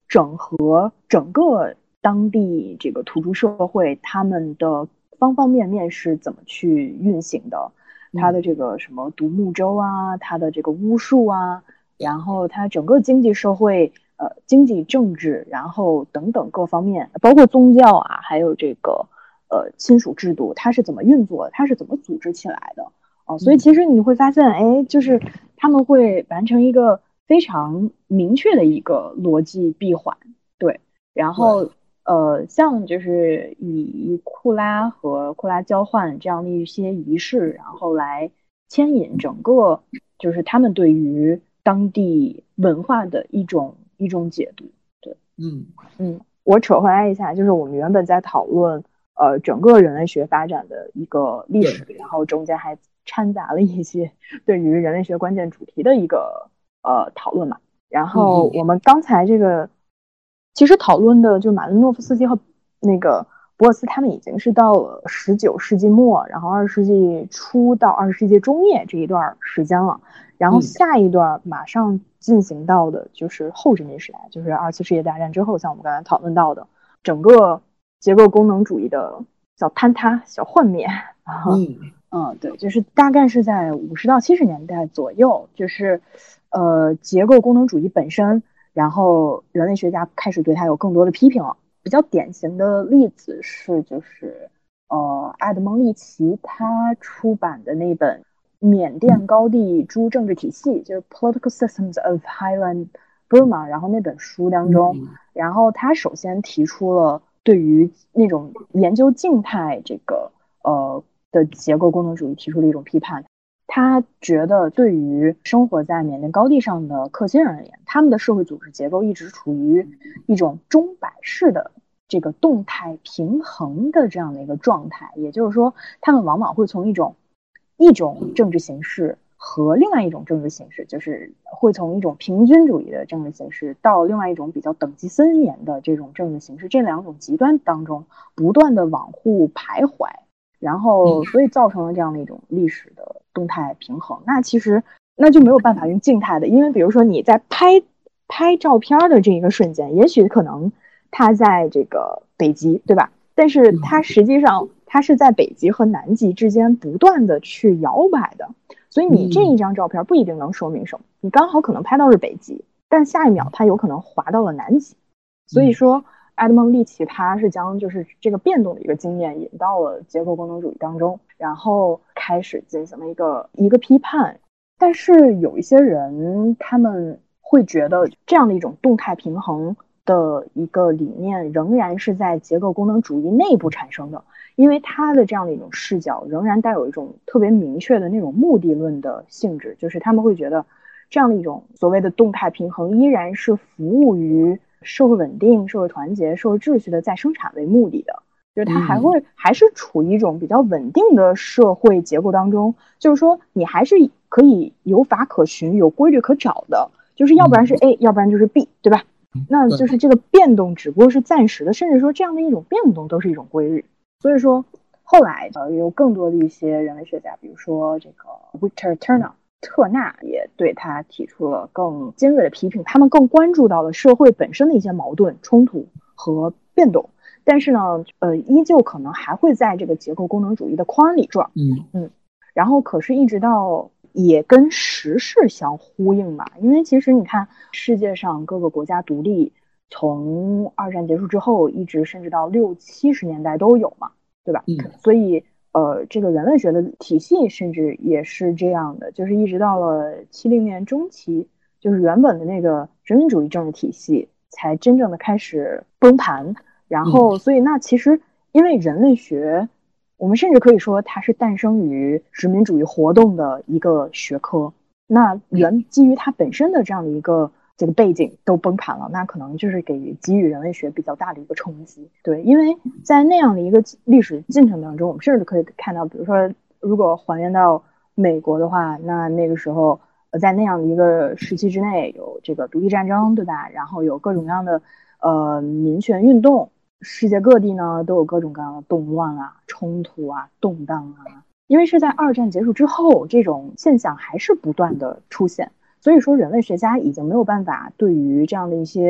A: 整合整个当地这个土著社会他们的方方面面是怎么去运行的，它的这个什么独木舟啊，它的这个巫术啊，然后它整个经济社会经济政治，然后等等各方面，包括宗教啊，还有这个亲属制度，它是怎么运作的，它是怎么组织起来的所以其实你会发现，哎，就是他们会完成一个非常明确的一个逻辑闭环，对，然后像就是以库拉和库拉交换这样的一些仪式，然后来牵引整个就是他们对于当地文化的一种解读，对，我扯回来一下，就是我们原本在讨论整个人类学发展的一个历史，然后中间还掺杂了一些对于人类学关键主题的一个讨论嘛。然后我们刚才这个其实讨论的就马林诺夫斯基和那个博尔斯他们已经是到了19世纪末，然后20世纪初到20世纪中叶这一段时间了。然后下一段马上进行到的就是后殖民时代，就是2次世界大战之后，像我们刚才讨论到的整个结构功能主义的小坍塌、小幻灭对，就是大概是在50到70年代左右，就是结构功能主义本身，然后人类学家开始对它有更多的批评了。比较典型的例子是就是埃德蒙·利奇他出版的那本缅甸高地诸政治体系，就是 Political Systems of Highland Burma， 然后那本书当中，然后他首先提出了对于那种研究静态这个的结构功能主义提出了一种批判。他觉得对于生活在缅甸高地上的克钦人而言，他们的社会组织结构一直处于一种钟摆式的这个动态平衡的这样的一个状态，也就是说他们往往会从一种政治形式和另外一种政治形式，就是会从一种平均主义的政治形式到另外一种比较等级森严的这种政治形式，这两种极端当中不断的往互徘徊，然后所以造成了这样的一种历史的动态平衡。那其实那就没有办法用静态的，因为比如说你在拍照片的这一个瞬间，也许可能它在这个北极，对吧？但是它实际上它是在北极和南极之间不断的去摇摆的，所以你这一张照片不一定能说明什么。你刚好可能拍到是北极，但下一秒它有可能滑到了南极。所以说埃德蒙·利奇他是将就是这个变动的一个经验引到了结构功能主义当中，然后开始进行了一个批判。但是有一些人他们会觉得这样的一种动态平衡的一个理念仍然是在结构功能主义内部产生的，因为它的这样的一种视角仍然带有一种特别明确的那种目的论的性质，就是他们会觉得这样的一种所谓的动态平衡依然是服务于社会稳定、社会团结、社会秩序的再生产为目的的，就是它还是处于一种比较稳定的社会结构当中，就是说你还是可以有法可循、有规律可找的，就是要不然是 A， 要不然就是 B， 对吧？那就是这个变动只不过是暂时的，甚至说这样的一种变动都是一种规律。所以说后来有更多的一些人类学家，比如说这个 Victor Turner 特纳也对他提出了更尖锐的批评，他们更关注到了社会本身的一些矛盾、冲突和变动，但是呢依旧可能还会在这个结构功能主义的框里转。然后可是一直到也跟时事相呼应嘛，因为其实你看世界上各个国家独立从二战结束之后一直甚至到60、70年代都有嘛，对吧？所以这个人类学的体系甚至也是这样的，就是一直到了70年中期，就是原本的那个殖民主义政治体系才真正的开始崩盘。然后所以那其实因为人类学我们甚至可以说它是诞生于殖民主义活动的一个学科，那基于它本身的这样的一个这个背景都崩盘了，那可能就是给予人类学比较大的一个冲击。对，因为在那样的一个历史进程当中，我们甚至可以看到，比如说如果还原到美国的话，那个时候在那样的一个时期之内有这个独立战争，对吧？然后有各种各样的民权运动，世界各地呢都有各种各样的动乱啊、冲突啊、动荡啊，因为是在二战结束之后，这种现象还是不断的出现，所以说人类学家已经没有办法对于这样的一些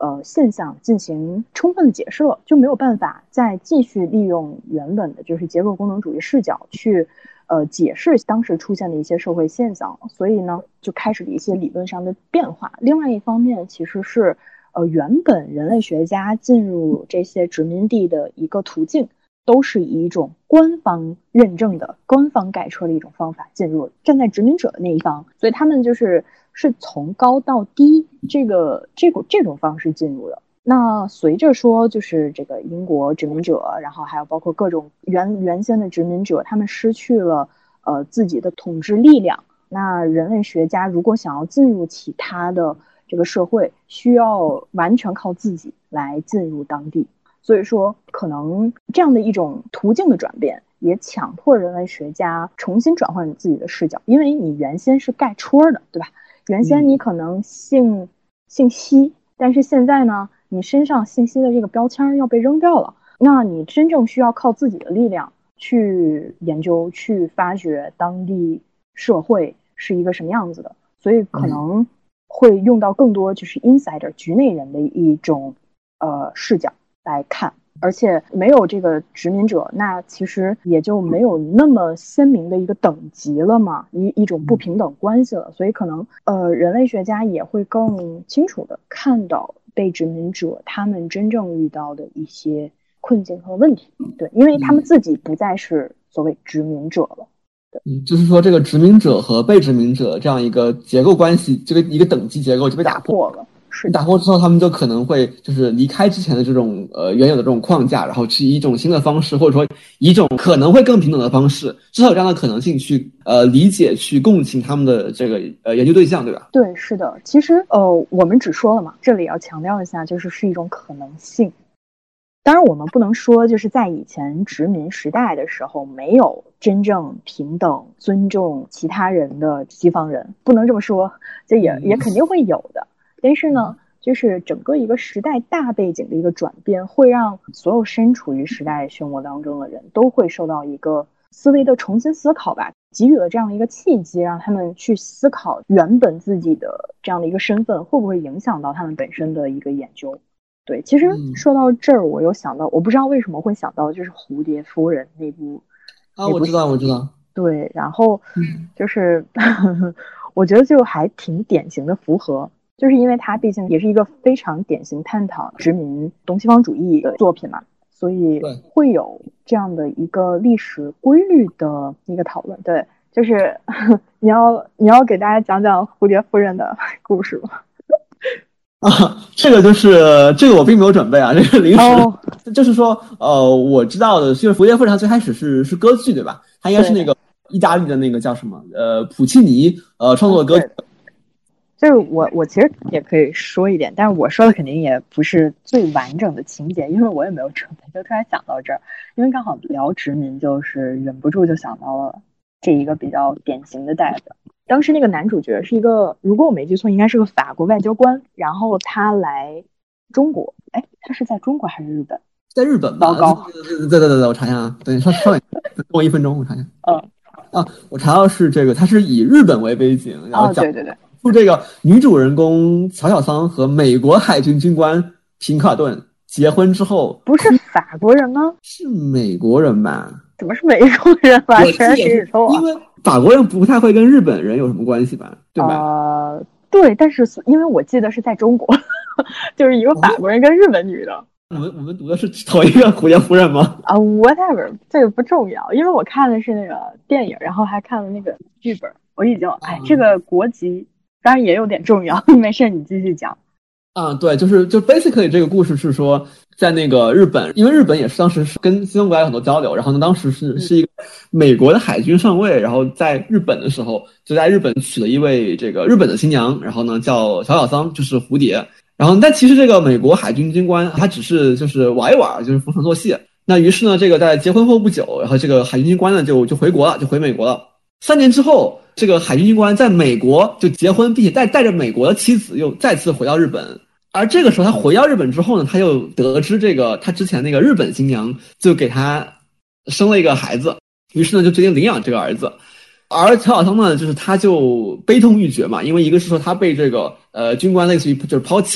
A: 现象进行充分的解释了，就没有办法再继续利用原本的就是结构功能主义视角去解释当时出现的一些社会现象，所以呢就开始了一些理论上的变化。另外一方面其实是原本人类学家进入这些殖民地的一个途径都是以一种官方认证的官方改车的一种方法进入，站在殖民者的那一方，所以他们是从高到低这种方式进入的。那随着说就是这个英国殖民者，然后还有包括各种原先的殖民者，他们失去了自己的统治力量，那人类学家如果想要进入其他的这个社会，需要完全靠自己来进入当地。所以说可能这样的一种途径的转变也强迫人类学家重新转换自己的视角，因为你原先是盖戳的，对吧？原先你可能姓西，但是现在呢你身上信息的这个标签要被扔掉了，那你真正需要靠自己的力量去研究去发掘当地社会是一个什么样子的，所以可能会用到更多就是 insider 局内人的一种视角来看，而且没有这个殖民者，那其实也就没有那么鲜明的一个等级了嘛，一种不平等关系了，所以可能人类学家也会更清楚的看到被殖民者他们真正遇到的一些困境和问题，对，因为他们自己不再是所谓殖民者了。
B: 就是说这个殖民者和被殖民者这样一个结构关系，这个一个等级结构就被打破
A: 了。
B: 打破之后，他们就可能会就是离开之前的这种原有的这种框架，然后去以一种新的方式，或者说以一种可能会更平等的方式，至少有这样的可能性去理解、去共情他们的这个研究对象，对吧？
A: 对，是的。其实我们只说了嘛，这里要强调一下，是一种可能性。当然，我们不能说就是在以前殖民时代的时候没有真正平等、尊重其他人的西方人，不能这么说，这也肯定会有的。但是呢，就是整个一个时代大背景的一个转变，会让所有身处于时代漩涡当中的人都会受到一个思维的重新思考吧，给予了这样一个契机，让他们去思考原本自己的这样的一个身份会不会影响到他们本身的一个研究。对，其实说到这儿，我有想到，我不知道为什么会想到就是蝴蝶夫人那部
B: 啊，我知道。
A: 对，然后就是我觉得就还挺典型的符合，就是因为它毕竟也是一个非常典型探讨殖民东西方主义的作品嘛，所以会有这样的一个历史规律的一个讨论。对，就是你要给大家讲讲蝴蝶夫人的故事吗？
B: 这个我并没有准备啊，这个临时就是说我知道的就是蝴蝶夫人她最开始是歌剧，对吧？她应该是那个意大利的那个叫什么普契尼创作的歌剧。
A: 就是我其实也可以说一点，但是我说的肯定也不是最完整的情节，因为我也没有准备，就突然想到这儿，因为刚好聊殖民，就是忍不住就想到了这一个比较典型的代表。当时那个男主角是一个，如果我没记错，应该是个法国外交官，然后他来中国，哎，他是在中国还是日本？
B: 在日本吧。
A: 糟糕，
B: 对，我查一下啊，等稍等，等我1分钟，我查一下。我查到是这个，他是以日本为背景，然后
A: 对，
B: 就这个女主人公乔小桑和美国海军军官平卡顿结婚之后，
A: 不是法国人吗？
B: 是美国人吧？
A: 怎么是美国人吧？
B: 因为法国人不太会跟日本人有什么关系吧？对吧？
A: 对，但是因为我记得是在中国，就是一个法国人跟日本女的。
B: 我们读的是同一个蝴蝶夫人吗
A: ？Whatever， 这个不重要，因为我看的是那个电影，然后还看了那个剧本，我已经这个国籍当然也有点重要，没事你继续讲。
B: 对，就 basically 这个故事是说，在那个日本，因为日本也是当时是跟西方国家有很多交流，然后呢，当时是一个美国的海军上尉，然后在日本的时候，就在日本娶了一位这个日本的新娘，然后呢叫小桑，就是蝴蝶。然后但其实这个美国海军军官他只是就是玩一玩，就是逢场作戏。那于是呢，这个在结婚后不久，然后这个海军军官呢就回国了，就回美国了。3年之后，这个海军军官在美国就结婚，并且带着美国的妻子又再次回到日本。而这个时候他回到日本之后呢，他又得知这个他之前那个日本新娘就给他生了一个孩子，于是呢就决定领养这个儿子。而乔小桑呢，就是他就悲痛欲绝嘛，因为一个是说他被这个军官类似于就是抛弃了，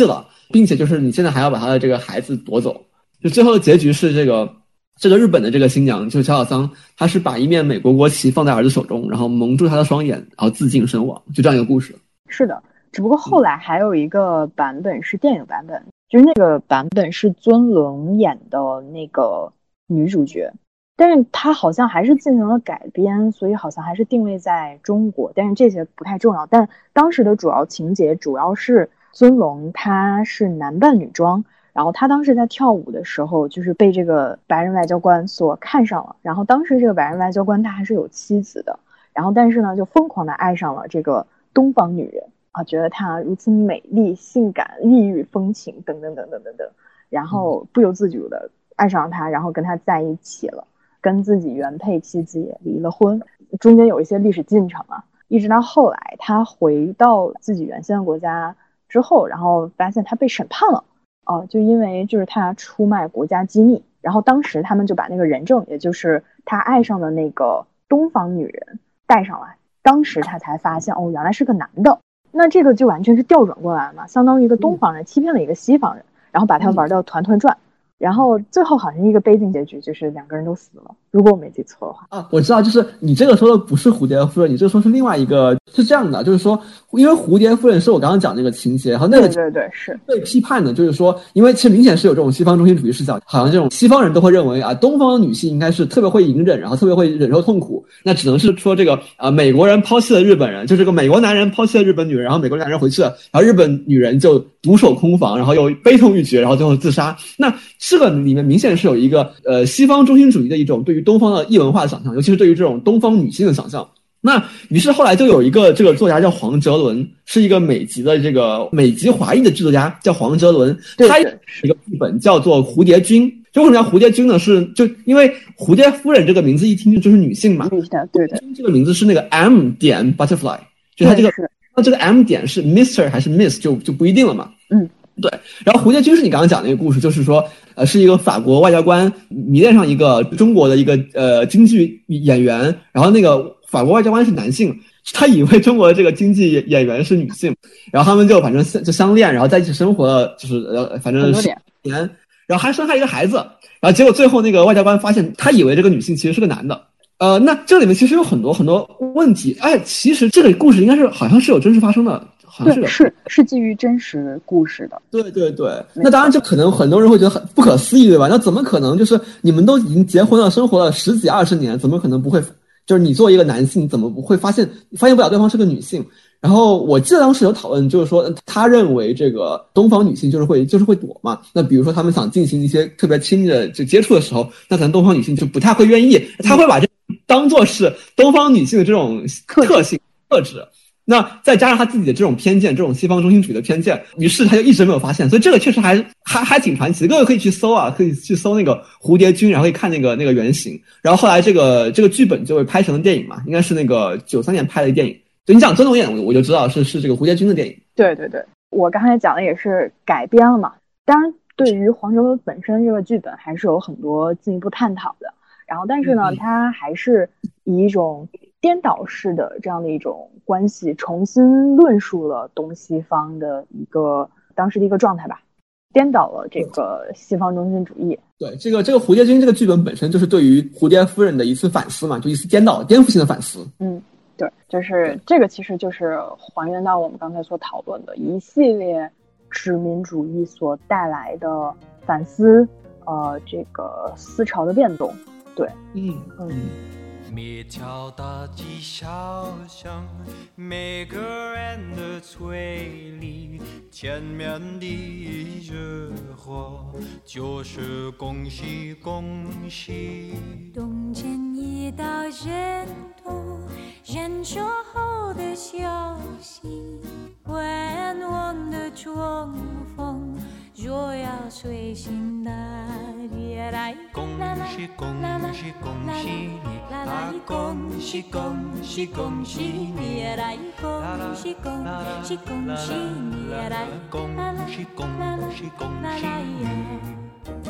B: 并且就是你现在还要把他的这个孩子夺走。就最后的结局是这个日本的这个新娘就是小桑，她是把一面美国国旗放在儿子手中，然后蒙住他的双眼，然后自尽身亡，就这样一个故事。
A: 是的，只不过后来还有一个版本是电影版本，就是那个版本是尊龙演的那个女主角，但是她好像还是进行了改编，所以好像还是定位在中国，但是这些不太重要。但当时的主要情节主要是尊龙他是男扮女装，然后他当时在跳舞的时候就是被这个白人外交官所看上了，然后当时这个白人外交官他还是有妻子的，然后但是呢就疯狂的爱上了这个东方女人啊，觉得她如此美丽性感异域风情等等等等等等，然后不由自主的爱上了她，然后跟她在一起了，跟自己原配妻子也离了婚，中间有一些历史进程啊，一直到后来他回到自己原先的国家之后，然后发现他被审判了就因为就是他出卖国家机密，然后当时他们就把那个人证，也就是他爱上的那个东方女人带上来，当时他才发现原来是个男的，那这个就完全是调转过来了嘛，相当于一个东方人欺骗了一个西方人，然后把他玩到团团转，然后最后好像一个悲情结局，就是两个人都死了，如果我没记错的话。
B: 我知道，就是你这个说的不是蝴蝶夫人，你这个说是另外一个，是这样的，就是说，因为蝴蝶夫人是我刚刚讲那个情节，然后那个
A: 对是
B: 被批判的，就是说，因为其实明显是有这种西方中心主义视角，好像这种西方人都会认为东方的女性应该是特别会隐忍，然后特别会忍受痛苦，那只能是说这个美国人抛弃了日本人，就这个美国男人抛弃了日本女人，然后美国男人回去了，然后日本女人就独守空房，然后又悲痛欲绝，然后最后自杀。那这个里面明显是有一个西方中心主义的一种对于东方的异文化的想象，尤其是对于这种东方女性的想象。那于是后来就有一个这个作家叫黄哲伦，是一个美籍华裔的制作家，叫黄哲伦，他有一个剧本叫做《蝴蝶君》。就为什么叫蝴蝶君呢？就因为蝴蝶夫人这个名字一听就是女性嘛，
A: 对的，
B: 这个名字是那个 M 点 butterfly， 就他这个 M 点是 Mr 还是 Miss 就不一定了嘛。对。然后蝴蝶君是你刚刚讲的一个故事，就是说是一个法国外交官迷恋上一个中国的一个京剧演员，然后那个法国外交官是男性，他以为中国的这个京剧演员是女性，然后他们就反正就相恋，然后在一起生活了，就是反正10年，然后还生下一个孩子，然后结果最后那个外交官发现他以为这个女性其实是个男的。那这里面其实有很多很多问题。其实这个故事应该是好像是有真实发生的，好像
A: 是基于真实故事的。
B: 对。那当然就可能很多人会觉得很不可思议，对吧？那怎么可能就是你们都已经结婚了，生活了10几20年，怎么可能不会？就是你作为一个男性，怎么不会发现不了对方是个女性？然后我记得当时有讨论，就是说他认为这个东方女性就是会躲嘛。那比如说他们想进行一些特别亲密的接触的时候，那可能东方女性就不太会愿意，他会把这当作是东方女性的这种特性特质。那再加上他自己的这种偏见，这种西方中心主义的偏见，于是他就一直没有发现。所以这个确实还挺传奇的，各位可以去搜可以去搜那个蝴蝶君，然后可以看那个原型。然后后来这个剧本就被拍成了电影嘛，应该是那个93年拍的电影。对，你讲尊龙演我就知道是这个蝴蝶君的电影。
A: 对，我刚才讲的也是改编了嘛。当然对于黄哲伦本身这个剧本还是有很多进一步探讨的，然后但是呢他还是以一种颠倒式的这样的一种关系重新论述了东西方的一个当时的一个状态吧，颠倒了这个西方中心主义。
B: 对，这个蝴蝶君这个剧本本身就是对于蝴蝶夫人的一次反思嘛，就一次颠覆性的反思。
A: 对，就是这个其实就是还原到我们刚才所讨论的一系列殖民主义所带来的反思，这个思潮的变动。对，
C: 每条大街小巷，每个人的嘴里，前面的热火就是恭喜恭喜。
D: 东间一道人头，人说后的消息，温温的中风，若要随行大跌来，
C: 恭喜恭喜恭喜你！恭喜恭喜恭喜你！
D: 恭喜恭喜恭喜你！
C: 恭喜恭喜恭喜你！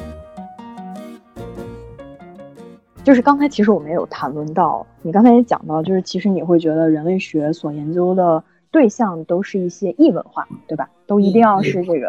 A: 就是刚才其实我们也有谈论到，你刚才也讲到，就是其实你会觉得人类学所研究的对象都是一些异文化，对吧？都一定要是这个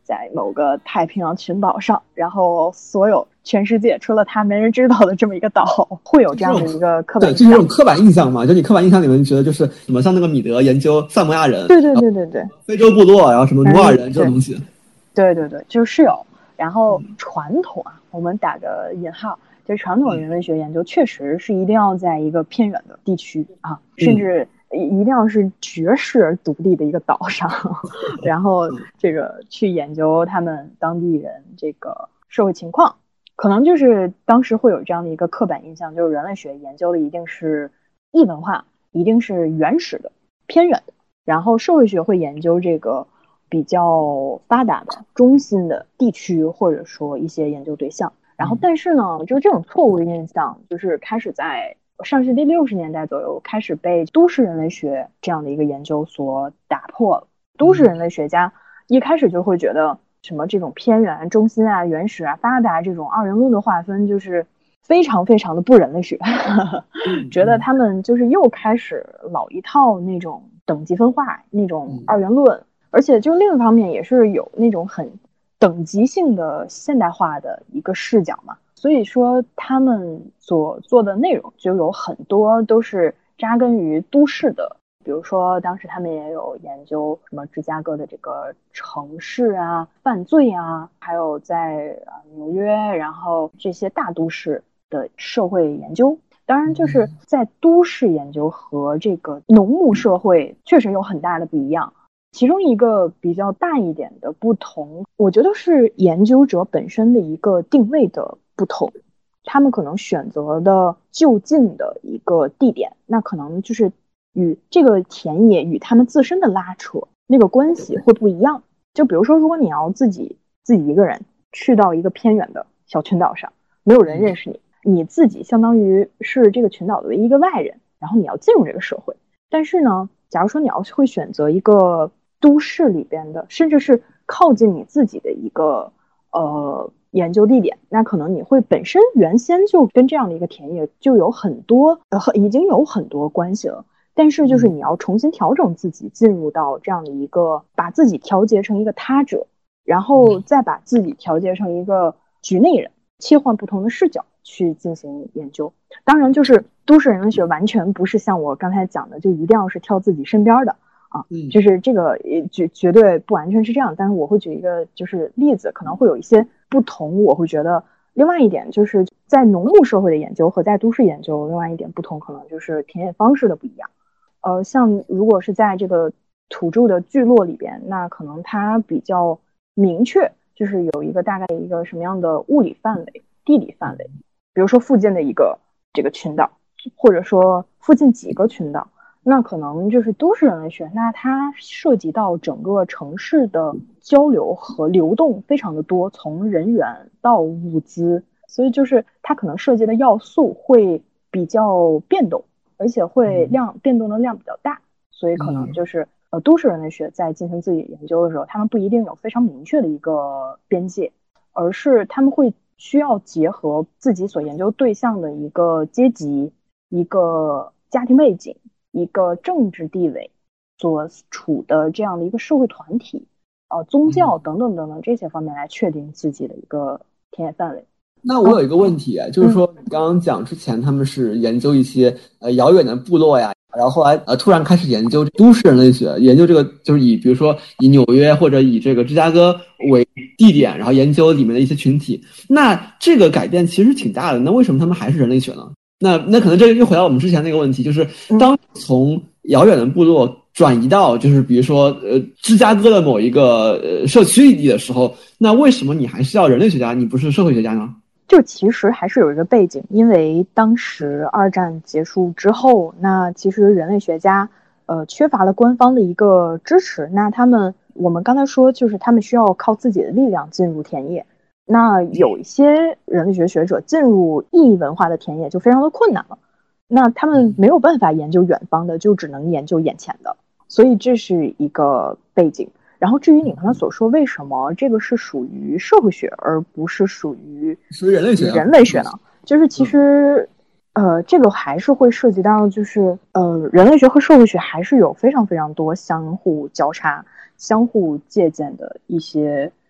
A: 在某个太平洋群岛上，然后所有全世界除了他没人知道的这么一个岛，会有这样的一个刻板印象。
B: 对，就是这种刻板印象嘛，就你刻板印象里面觉得就是什么像那个米德研究萨摩亚人，
A: 对，
B: 非洲部落，然后什么努尔人这种东西。
A: 对，就是有。然后传统啊，我们打个引号，就传统人类学研究确实是一定要在一个偏远的地区啊，甚至一定要是绝世而独立的一个岛上，然后这个去研究他们当地人这个社会情况。可能就是当时会有这样的一个刻板印象，就是人类学研究的一定是异文化，一定是原始的、偏远的，然后社会学会研究这个比较发达的中心的地区，或者说一些研究对象。然后但是呢，就这种错误的印象就是开始在上世纪60年代左右开始被都市人类学这样的一个研究所打破了。都市人类学家一开始就会觉得什么这种偏远、中心啊、原始啊、发达这种二元论的划分就是非常非常的不人类学，觉得他们就是又开始老一套那种等级分化，那种二元论，而且就另一方面也是有那种很等级性的现代化的一个视角嘛。所以说他们所做的内容就有很多都是扎根于都市的，比如说当时他们也有研究什么芝加哥的这个城市啊、犯罪啊，还有在纽约，然后这些大都市的社会研究。当然就是在都市研究和这个农牧社会确实有很大的不一样。其中一个比较大一点的不同，我觉得是研究者本身的一个定位的不同。他们可能选择的就近的一个地点，那可能就是与这个田野与他们自身的拉扯那个关系会不一样。就比如说，如果你要自己一个人去到一个偏远的小群岛上，没有人认识你，你自己相当于是这个群岛的唯一一个外人，然后你要进入这个社会。但是呢，假如说你要会选择一个都市里边的，甚至是靠近你自己的一个研究地点，那可能你会本身原先就跟这样的一个田野就有很多已经有很多关系了，但是就是你要重新调整自己，进入到这样的一个把自己调节成一个他者，然后再把自己调节成一个局内人，切换不同的视角去进行研究。当然就是都市人类学完全不是像我刚才讲的就一定要是挑自己身边的啊，就是这个绝对不完全是这样。但是我会举一个就是例子，可能会有一些不同。我会觉得另外一点就是在农牧社会的研究和在都市研究另外一点不同，可能就是田野方式的不一样。像如果是在这个土著的聚落里边，那可能它比较明确，就是有一个大概一个什么样的物理范围、地理范围，比如说附近的一个这个群岛，或者说附近几个群岛。那可能就是都市人类学，那它涉及到整个城市的交流和流动非常的多，从人员到物资，所以就是它可能涉及的要素会比较变动，而且会变动的量比较大，所以可能就是都市人类学在进行自己研究的时候，他们不一定有非常明确的一个边界，而是他们会需要结合自己所研究对象的一个阶级、一个家庭背景、一个政治地位所处的这样的一个社会团体、宗教等等等等这些方面来确定自己的一个田野范围。
B: 那我有一个问题，就是说你刚刚讲之前他们是研究一些遥远的部落呀，然后后来突然开始研究都市人类学，研究这个就是比如说以纽约或者以这个芝加哥为地点，然后研究里面的一些群体。那这个改变其实挺大的，那为什么他们还是人类学呢？那可能这个又回到我们之前那个问题，就是当从遥远的部落转移到就是比如说芝加哥的某一个社区里的时候，那为什么你还是要人类学家，你不是社会学家呢？
A: 就其实还是有一个背景，因为当时二战结束之后，那其实人类学家缺乏了官方的一个支持，那我们刚才说就是他们需要靠自己的力量进入田野。那有一些人类学学者进入异文化的田野就非常的困难了，那他们没有办法研究远方的，就只能研究眼前的，所以这是一个背景。然后至于你刚才所说为什么这个是属于社会学而不是属于
B: 人类学
A: 呢？就是其实这个还是会涉及到就是人类学和社会学还是有非常非常多相互交叉、相互借鉴的一些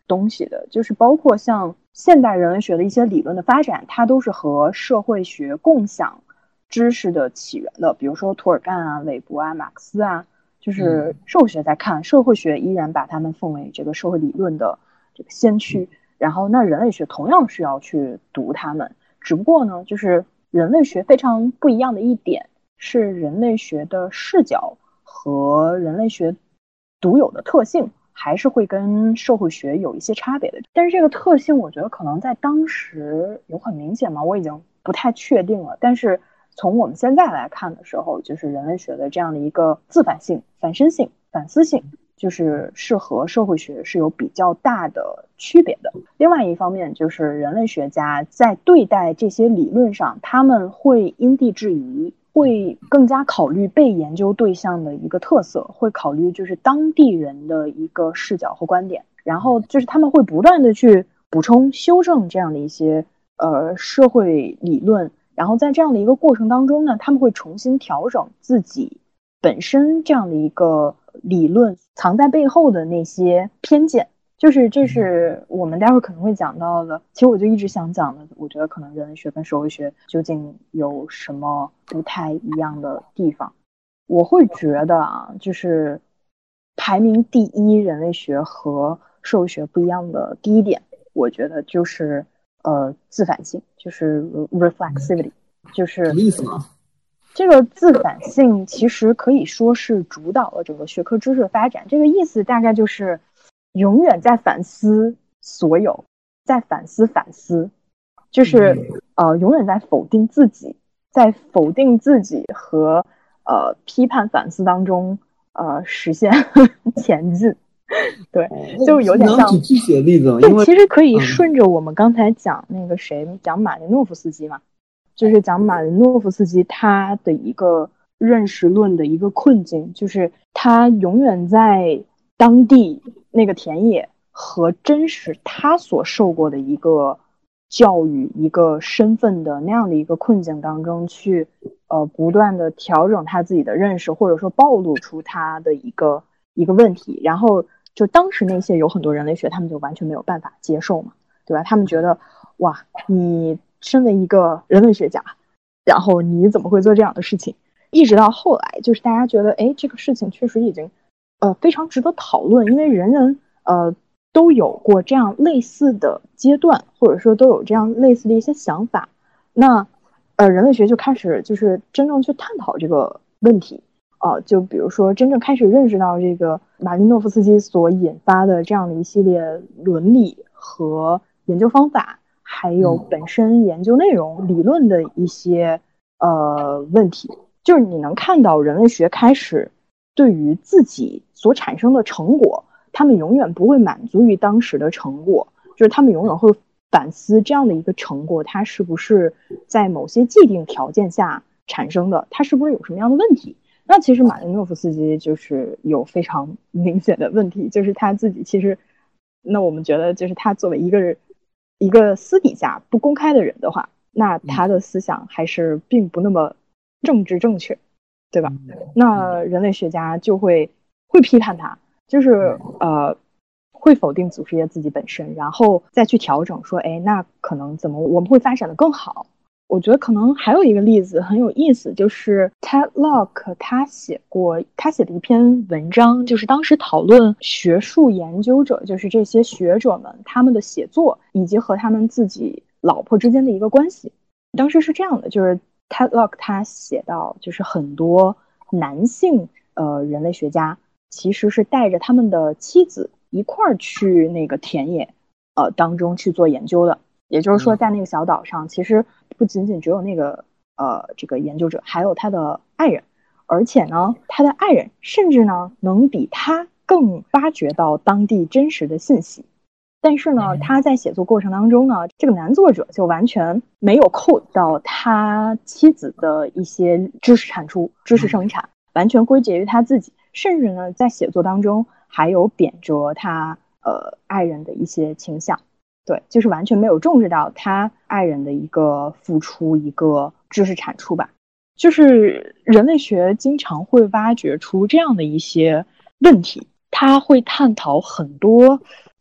A: 东西的，就是包括像现代人类学的一些理论的发展，它都是和社会学共享知识的起源的。比如说涂尔干啊、韦伯啊、马克思啊，就是社会学在看，社会学依然把他们奉为这个社会理论的这个先驱，然后那人类学同样需要去读他们，只不过呢，就是人类学非常不一样的一点是人类学的视角和人类学独有的特性还是会跟社会学有一些差别的。但是这个特性我觉得可能在当时有很明显吗？我已经不太确定了。但是从我们现在来看的时候，就是人类学的这样的一个自反性、反身性、反思性，就是和社会学是有比较大的区别的。另外一方面，就是人类学家在对待这些理论上，他们会因地制宜，会更加考虑被研究对象的一个特色，会考虑就是当地人的一个视角和观点，然后就是他们会不断的去补充、修正这样的一些社会理论，然后在这样的一个过程当中呢，他们会重新调整自己本身这样的一个理论藏在背后的那些偏见。就是这是我们待会儿可能会讲到的，其实我就一直想讲的，我觉得可能人类学跟社会学究竟有什么不太一样的地方。我会觉得啊，就是排名第一人类学和社会学不一样的第一点，我觉得就是自反性，就是 reflexivity， 就是
B: 什么意思呢？
A: 这个自反性其实可以说是主导了整个学科知识的发展。这个意思大概就是永远在反思所有，在反思反思，就是永远在否定自己，在否定自己和批判反思当中实现前进。对，就有点像。
B: 能举具体的例子吗？
A: 对，其实可以顺着我们刚才讲那个谁，讲马林诺夫斯基嘛，就是讲马林诺夫斯基他的一个认识论的一个困境，就是他永远在当地那个田野和真实他所受过的一个教育、一个身份的那样的一个困境当中去不断的调整他自己的认识，或者说暴露出他的一个问题，然后就当时那些有很多人类学他们就完全没有办法接受嘛，对吧？他们觉得哇，你身为一个人类学家，然后你怎么会做这样的事情？一直到后来，就是大家觉得，哎，这个事情确实已经非常值得讨论，因为人人都有过这样类似的阶段，或者说都有这样类似的一些想法。那人类学就开始就是真正去探讨这个问题。就比如说真正开始认识到这个马林诺夫斯基所引发的这样的一系列伦理和研究方法，还有本身研究内容理论的一些问题，就是你能看到人类学开始对于自己所产生的成果，他们永远不会满足于当时的成果，就是他们永远会反思这样的一个成果，它是不是在某些既定条件下产生的，它是不是有什么样的问题。那其实马林诺夫斯基就是有非常明显的问题，就是他自己其实，那我们觉得就是他作为一个私底下不公开的人的话，那他的思想还是并不那么政治正确，对吧？那人类学家就会批判他，就是会否定祖师爷自己本身，然后再去调整说，哎，那可能怎么我们会发展的更好。我觉得可能还有一个例子很有意思，就是 Ted Locke 他写的一篇文章，就是当时讨论学术研究者，就是这些学者们他们的写作以及和他们自己老婆之间的一个关系。当时是这样的，就是 Ted Locke 他写到，就是很多男性人类学家其实是带着他们的妻子一块儿去那个田野当中去做研究的。也就是说，在那个小岛上，其实不仅仅只有那个这个研究者，还有他的爱人，而且呢，他的爱人甚至呢能比他更发掘到当地真实的信息。但是呢，他在写作过程当中呢，这个男作者就完全没有扣到他妻子的一些知识产出、知识生产，完全归结于他自己，甚至呢，在写作当中还有贬谪他爱人的一些倾向。对，就是完全没有重视到他爱人的一个付出，一个知识产出吧。就是人类学经常会挖掘出这样的一些问题，他会探讨很多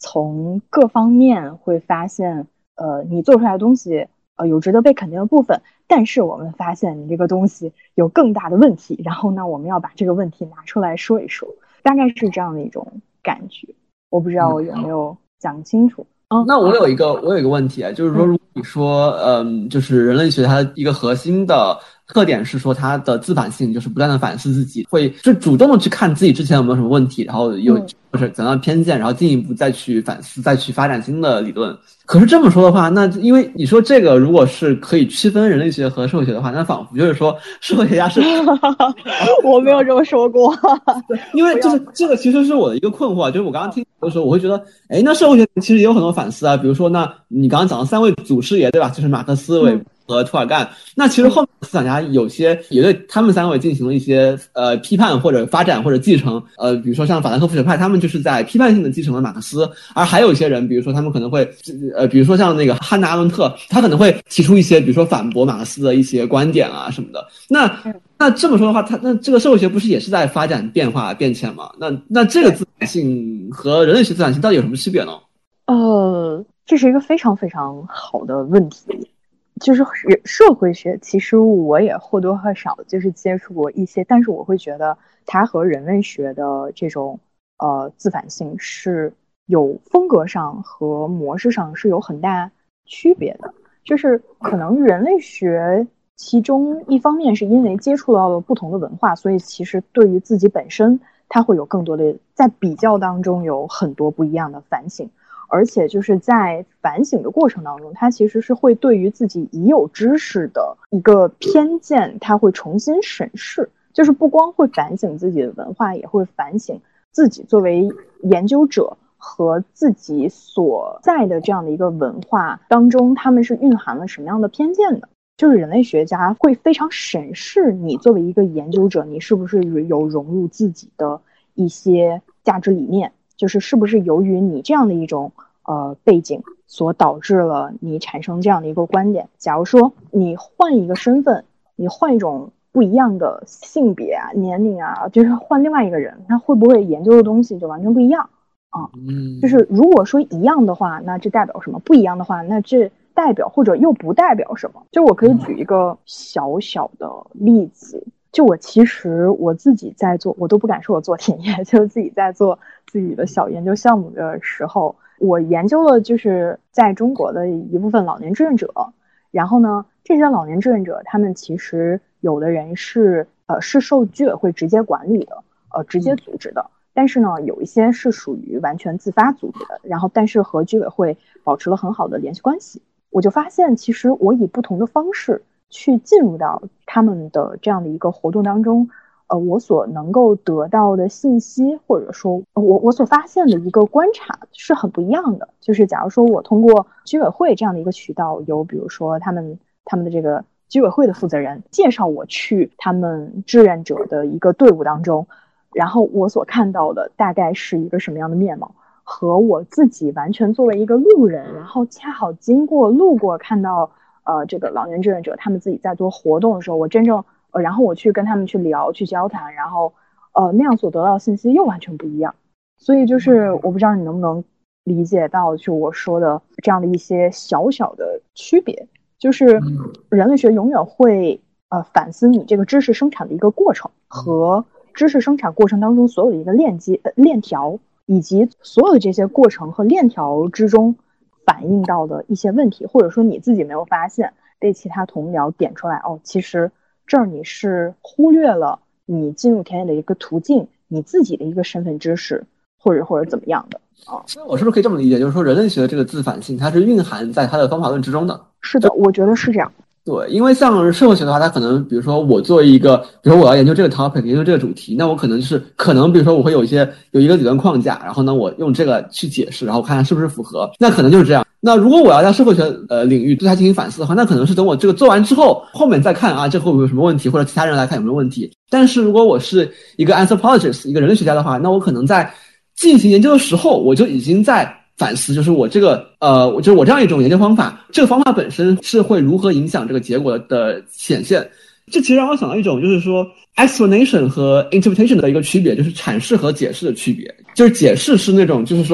A: 从各方面会发现，你做出来的东西，有值得被肯定的部分，但是我们发现你这个东西有更大的问题，然后呢，我们要把这个问题拿出来说一说，大概是这样的一种感觉。我不知道我有没有讲清楚。
B: 那我有一个问题啊，就是说，如果你说，就是人类学它一个核心的特点是说它的自反性，就是不断的反思自己，会就主动的去看自己之前有没有什么问题，然后有就是怎样偏见，然后进一步再去反思，再去发展新的理论。可是这么说的话，那因为你说这个如果是可以区分人类学和社会学的话，那仿佛就是说社会学家是
A: 我没有这么说过。
B: 因为就是这个其实是我的一个困惑，就是我刚刚听的时候，我会觉得，那社会学其实也有很多反思啊，比如说，那你刚刚讲的3位祖师爷，对吧？就是马克思、韦伯和涂尔干。那其实后面的思想家有些也对他们3位进行了一些批判或者发展或者继承，比如说像法兰克福学派，他们就是在批判性的继承了马克思，而还有一些人，比如说他们可能会比如说像那个汉娜·阿伦特，他可能会提出一些比如说反驳马克思的一些观点啊什么的。那这么说的话，那这个社会学不是也是在发展、变化、变迁吗？那这个自反性和人类学自反性到底有什么区别呢？
A: 这是一个非常非常好的问题。就是社会学，其实我也或多或少就是接触过一些，但是我会觉得它和人类学的这种自反性是有风格上和模式上是有很大区别的。就是可能人类学其中一方面是因为接触到了不同的文化，所以其实对于自己本身它会有更多的在比较当中有很多不一样的反省。而且就是在反省的过程当中，它其实是会对于自己已有知识的一个偏见，它会重新审视，就是不光会反省自己的文化，也会反省自己作为研究者和自己所在的这样的一个文化当中，他们是蕴含了什么样的偏见的。就是人类学家会非常审视你作为一个研究者，你是不是有融入自己的一些价值理念，就是是不是由于你这样的一种背景所导致了你产生这样的一个观点。假如说你换一个身份，你换一种不一样的性别啊、年龄啊，就是换另外一个人，那会不会研究的东西就完全不一样啊？就是如果说一样的话，那这代表什么？不一样的话，那这代表或者又不代表什么？就我可以举一个小小的例子。就其实我自己在做，我都不敢说我做田野，就是自己在做自己的小研究项目的时候，我研究了就是在中国的一部分老年志愿者。然后呢，这些老年志愿者他们其实有的人是受居委会直接管理的，直接组织的，但是呢有一些是属于完全自发组织的，然后但是和居委会保持了很好的联系关系。我就发现其实我以不同的方式去进入到他们的这样的一个活动当中，我所能够得到的信息，或者说我所发现的一个观察是很不一样的。就是假如说我通过居委会这样的一个渠道，有比如说他们的这个居委会的负责人介绍我去他们志愿者的一个队伍当中，然后我所看到的大概是一个什么样的面貌，和我自己完全作为一个路人，然后恰好路过看到这个老年志愿者他们自己在做活动的时候，我真正然后我去跟他们去聊去交谈，然后那样所得到的信息又完全不一样。所以就是我不知道你能不能理解到就我说的这样的一些小小的区别。就是人类学永远会反思你这个知识生产的一个过程，和知识生产过程当中所有的一个链条，以及所有的这些过程和链条之中反映到的一些问题，或者说你自己没有发现被其他同僚点出来，其实这儿你是忽略了你进入田野的一个途径，你自己的一个身份知识，或者怎么样的
B: 那我是不是可以这么理解，就是说人类学的这个自反性它是蕴含在它的方法论之中的？
A: 是的，我觉得是这样。
B: 对，因为像社会学的话，它可能比如说我作为一个，比如说我要研究这个 topic， 研究这个主题，那我可能比如说我会有一个理论框架，然后呢我用这个去解释，然后看看是不是符合，那可能就是这样。那如果我要在社会学领域对它进行反思的话，那可能是等我这个做完之后，后面再看这会不会有什么问题，或者其他人来看有没有问题。但是如果我是一个 anthropologist， 一个人类学家的话，那我可能在进行研究的时候，我就已经在反思，就是我这个就是我这样一种研究方法，这个方法本身是会如何影响这个结果的显现。这其实让我想到一种就是说 explanation 和 interpretation 的一个区别，就是阐释和解释的区别。就是解释是那种就是说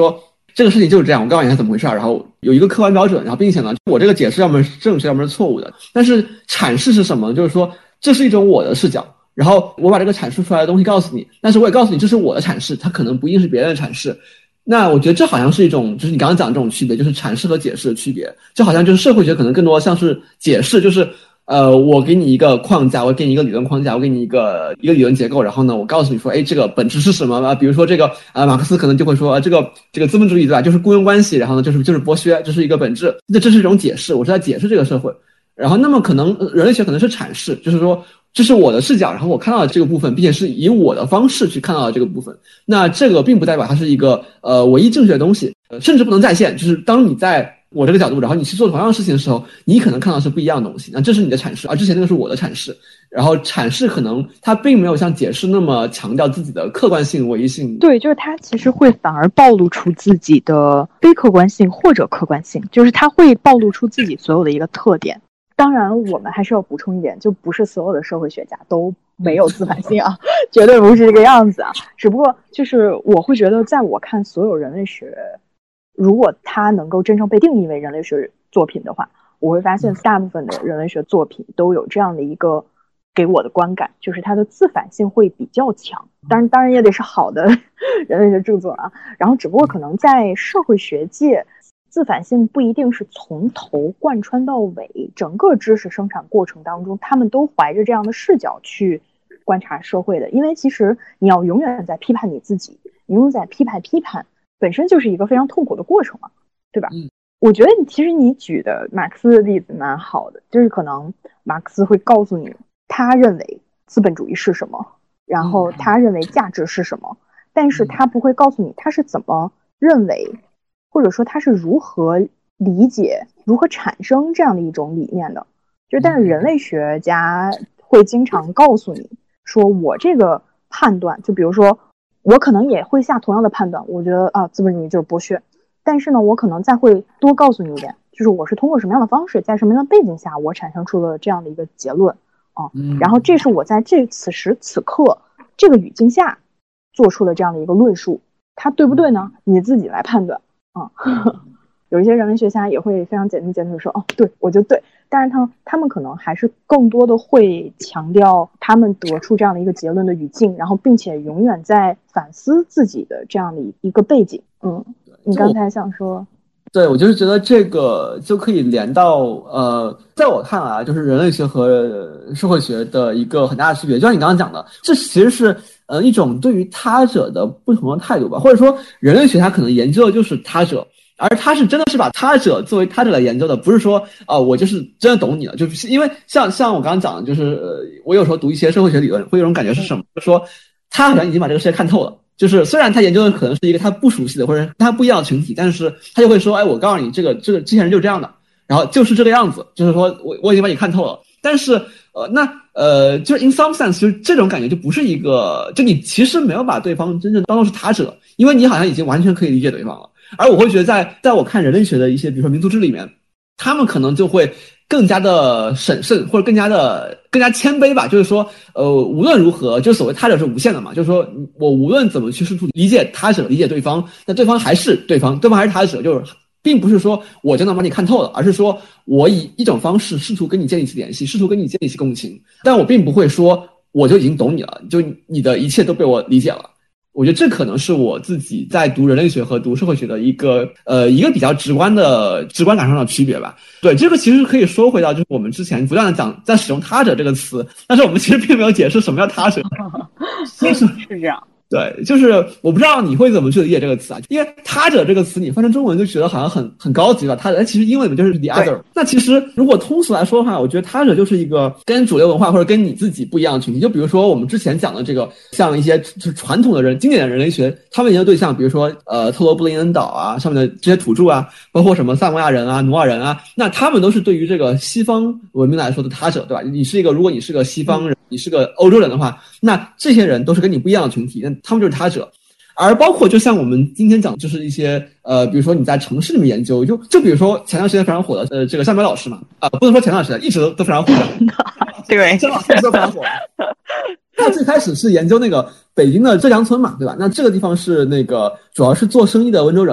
B: 这个事情就是这样，我告诉你它怎么回事，然后有一个客观标准，然后并且呢，我这个解释要么是正确，要么是错误的。但是阐释是什么？就是说这是一种我的视角，然后我把这个阐述出来的东西告诉你，但是我也告诉你这是我的阐释，它可能不一定是别人的阐释。那我觉得这好像是一种，就是你刚刚讲的这种区别，就是阐释和解释的区别。就好像就是社会学可能更多像是解释，就是我给你一个框架，我给你一个理论框架，我给你一个理论结构，然后呢，我告诉你说，哎，这个本质是什么啊？比如说这个马克思可能就会说，这个资本主义对吧，就是雇佣关系，然后呢就是剥削，这是一个本质。那这是一种解释，我是在解释这个社会。然后那么可能人类学可能是阐释，就是说这是我的视角，然后我看到了这个部分，并且是以我的方式去看到了这个部分。那这个并不代表它是一个唯一正确的东西，甚至不能再现。就是当你在我这个角度，然后你去做同样的事情的时候，你可能看到是不一样的东西。那这是你的阐释，而之前那个是我的阐释。然后阐释可能它并没有像解释那么强调自己的客观性、唯一性。
A: 对，就是它其实会反而暴露出自己的非客观性或者客观性，就是它会暴露出自己所有的一个特点。当然我们还是要补充一点，就不是所有的社会学家都没有自反性啊，绝对不是这个样子啊。只不过就是我会觉得，在我看所有人类学，如果它能够真正被定义为人类学作品的话，我会发现大部分的人类学作品都有这样的一个给我的观感，就是它的自反性会比较强。当然也得是好的人类学著作啊。然后只不过可能在社会学界，自反性不一定是从头贯穿到尾，整个知识生产过程当中，他们都怀着这样的视角去观察社会的。因为其实你要永远在批判你自己，你永远在批判本身就是一个非常痛苦的过程嘛，对吧？我觉得其实你举的马克思的例子蛮好的，就是可能马克思会告诉你他认为资本主义是什么，然后他认为价值是什么，但是他不会告诉你他是怎么认为，或者说他是如何理解、如何产生这样的一种理念的。就但是人类学家会经常告诉你说，我这个判断，就比如说我可能也会下同样的判断，我觉得资本主义就是剥削，但是呢我可能再会多告诉你一点，就是我是通过什么样的方式，在什么样的背景下，我产生出了这样的一个结论然后这是我在此时此刻这个语境下做出了这样的一个论述，它对不对呢？你自己来判断有一些人文学家也会非常简单的说，对，我就对。但是他们可能还是更多的会强调他们得出这样的一个结论的语境，然后并且永远在反思自己的这样的一个背景。你刚才想说？
B: 对，我就是觉得这个就可以连到在我看来就是人类学和社会学的一个很大的区别，就像你刚刚讲的，这其实是一种对于他者的不同的态度吧，或者说人类学它可能研究的就是他者，而他是真的是把他者作为他者来研究的，不是说我就是真的懂你了，就是因为像我刚刚讲的，就是我有时候读一些社会学理论会有种感觉是什么，就是说他好像已经把这个世界看透了。就是虽然他研究的可能是一个他不熟悉的或者他不一样的群体，但是他就会说，我告诉你这个这些人就是这样的，然后就是这个样子，就是说我已经把你看透了。但是就是 in some sense 就是这种感觉就不是一个，就你其实没有把对方真正当作是他者，因为你好像已经完全可以理解对方了。而我会觉得在我看人类学的一些比如说民族志里面，他们可能就会更加的审慎，或者更加谦卑吧，就是说无论如何，就所谓他者是无限的嘛，就是说我无论怎么去试图理解他者，理解对方，那对方还是对方还是他者，就是并不是说我真的把你看透了，而是说我以一种方式试图跟你建立起联系，试图跟你建立起共情，但我并不会说我就已经懂你了，就你的一切都被我理解了。我觉得这可能是我自己在读人类学和读社会学的一个比较直观感受上的区别吧。对，这个其实可以说回到就是我们之前不断的讲在使用他者这个词，但是我们其实并没有解释什么叫他者。
A: 是这样。
B: 对，就是我不知道你会怎么去理解这个词啊？因为他者这个词你翻成中文就觉得好像很高级了，他者其实英文里面就是 the other。那其实如果通俗来说的话，我觉得他者就是一个跟主流文化或者跟你自己不一样的群体。就比如说我们之前讲的这个，像一些就是传统的人、经典的人类学，他们研究对象，比如说特罗布林恩岛啊上面的这些土著啊，包括什么萨摩亚人啊、努尔人啊，那他们都是对于这个西方文明来说的他者，对吧？如果你是个西方人，你是个欧洲人的话，那这些人都是跟你不一样的群体，那他们就是他者。而包括就像我们今天讲，就是一些比如说你在城市里面研究，就比如说前段时间非常火的这个夏梅老师嘛，不能说前段时间，一直都非常火的，
A: 对，
B: 夏老师都非常火。他最开始是研究那个北京的浙江村嘛，对吧？那这个地方是那个主要是做生意的温州人嘛。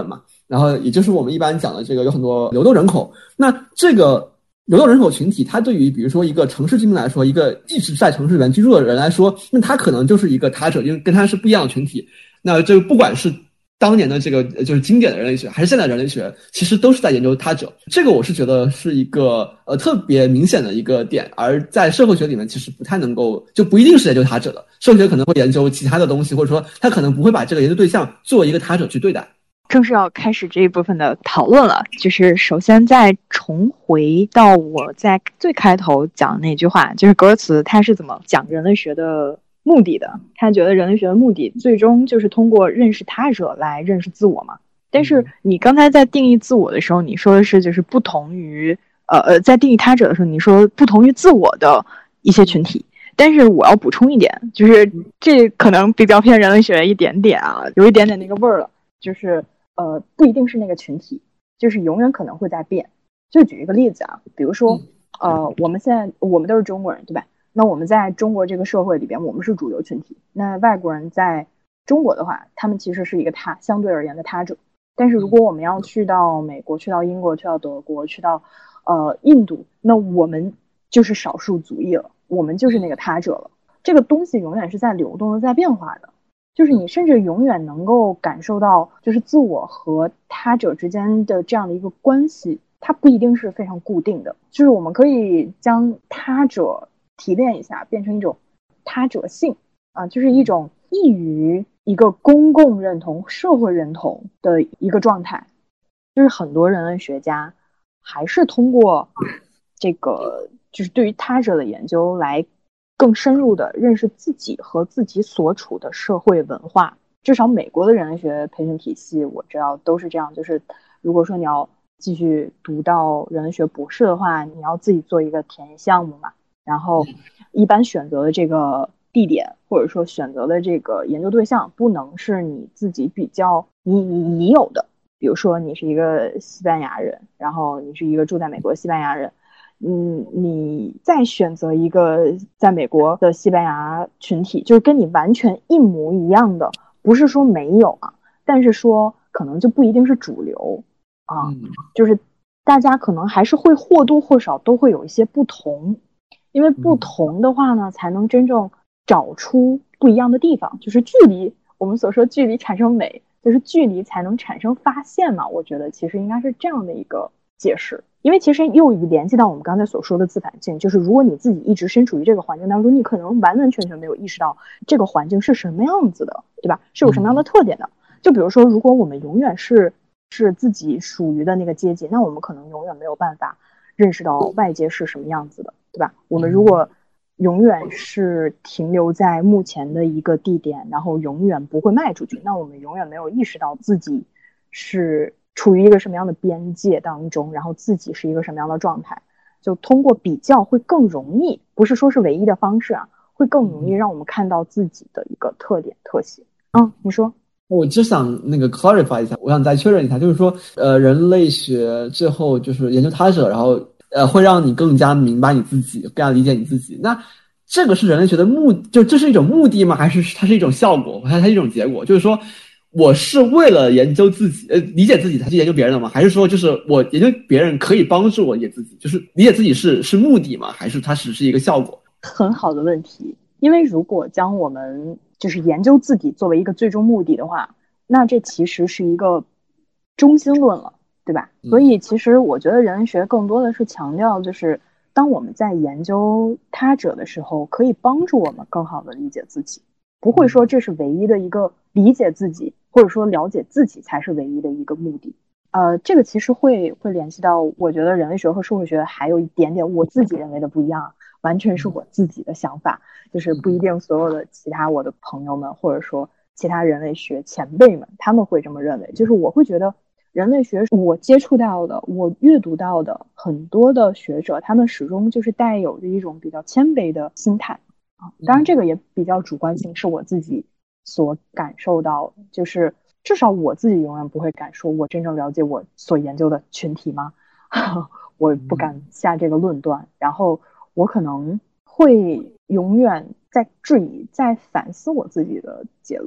B: 然后也就是我们一般讲的这个有很多流动人口。那这个流动人口群体，它对于比如说一个城市居民来说，一个一直在城市里面居住的人来说，那他可能就是一个他者，因为跟他是不一样的群体。那这个不管是当年的这个就是经典的人类学，还是现在的人类学，其实都是在研究他者。这个我是觉得是一个特别明显的一个点，而在社会学里面其实不太能够，就不一定是研究他者的。社会学可能会研究其他的东西，或者说他可能不会把这个研究对象作为一个他者去对待。
A: 正式要开始这一部分的讨论了，就是首先再重回到我在最开头讲的那句话，就是格尔茨他是怎么讲人类学的目的的。他觉得人类学的目的最终就是通过认识他者来认识自我嘛。但是你刚才在定义自我的时候，你说的是就是不同于在定义他者的时候，你说不同于自我的一些群体。但是我要补充一点，就是这可能比较偏人类学一点点啊，有一点点那个味儿了，就是不一定是那个群体，就是永远可能会在变。就举一个例子啊，比如说我们都是中国人，对吧？那我们在中国这个社会里边，我们是主流群体。那外国人在中国的话，他们其实是一个他相对而言的他者。但是如果我们要去到美国、去到英国、去到德国、去到印度，那我们就是少数族裔了，我们就是那个他者了。这个东西永远是在流动的，在变化的。就是你甚至永远能够感受到，就是自我和他者之间的这样的一个关系，它不一定是非常固定的。就是我们可以将他者提炼一下，变成一种他者性啊，就是一种异于一个公共认同、社会认同的一个状态。就是很多人类学家还是通过这个，就是对于他者的研究来更深入的认识自己和自己所处的社会文化。至少美国的人类学培训体系我知道都是这样，就是如果说你要继续读到人类学博士的话，你要自己做一个田野项目嘛，然后一般选择的这个地点或者说选择的这个研究对象不能是你自己比较你有的，比如说你是一个西班牙人，然后你是一个住在美国的西班牙人，你再选择一个在美国的西班牙群体，就是跟你完全一模一样的，不是说没有啊，但是说可能就不一定是主流啊，就是大家可能还是会或多或少都会有一些不同，因为不同的话呢，才能真正找出不一样的地方，就是距离，我们所说距离产生美，就是距离才能产生发现嘛，我觉得其实应该是这样的一个解释。因为其实又联系到我们刚才所说的自反性，就是如果你自己一直身处于这个环境当中，你可能完完全全没有意识到这个环境是什么样子的，对吧？是有什么样的特点的。就比如说如果我们永远是自己属于的那个阶级，那我们可能永远没有办法认识到外界是什么样子的，对吧？我们如果永远是停留在目前的一个地点，然后永远不会迈出去，那我们永远没有意识到自己是处于一个什么样的边界当中，然后自己是一个什么样的状态。就通过比较会更容易，不是说是唯一的方式啊，会更容易让我们看到自己的一个特点特性。你说。
B: 我只想那个 clarify 一下，我想再确认一下，就是说人类学最后就是研究他者，然后会让你更加明白你自己，更加理解你自己。那这个是人类学的目的，就这是一种目的吗？还是它是一种效果？它是一种结果？就是说我是为了研究自己理解自己才去研究别人的吗？还是说就是我研究别人可以帮助我理解自己？就是理解自己是目的吗？还是它只是一个效果？
A: 很好的问题。因为如果将我们就是研究自己作为一个最终目的的话，那这其实是一个中心论了，对吧？所以其实我觉得人类学更多的是强调，就是当我们在研究他者的时候，可以帮助我们更好的理解自己，不会说这是唯一的一个理解自己，或者说了解自己才是唯一的一个目的。这个其实会联系到，我觉得人类学和社会学还有一点点我自己认为的不一样，完全是我自己的想法，就是不一定所有的其他我的朋友们或者说其他人类学前辈们他们会这么认为。就是我会觉得人类学我接触到的，我阅读到的很多的学者，他们始终就是带有着一种比较谦卑的心态啊。当然这个也比较主观性，是我自己所感受到，就是至少我自己永远不会敢说我真正了解我所研究的群体吗？我不敢下这个论断，然后我可能会永远在质疑，在反思我自己的结论。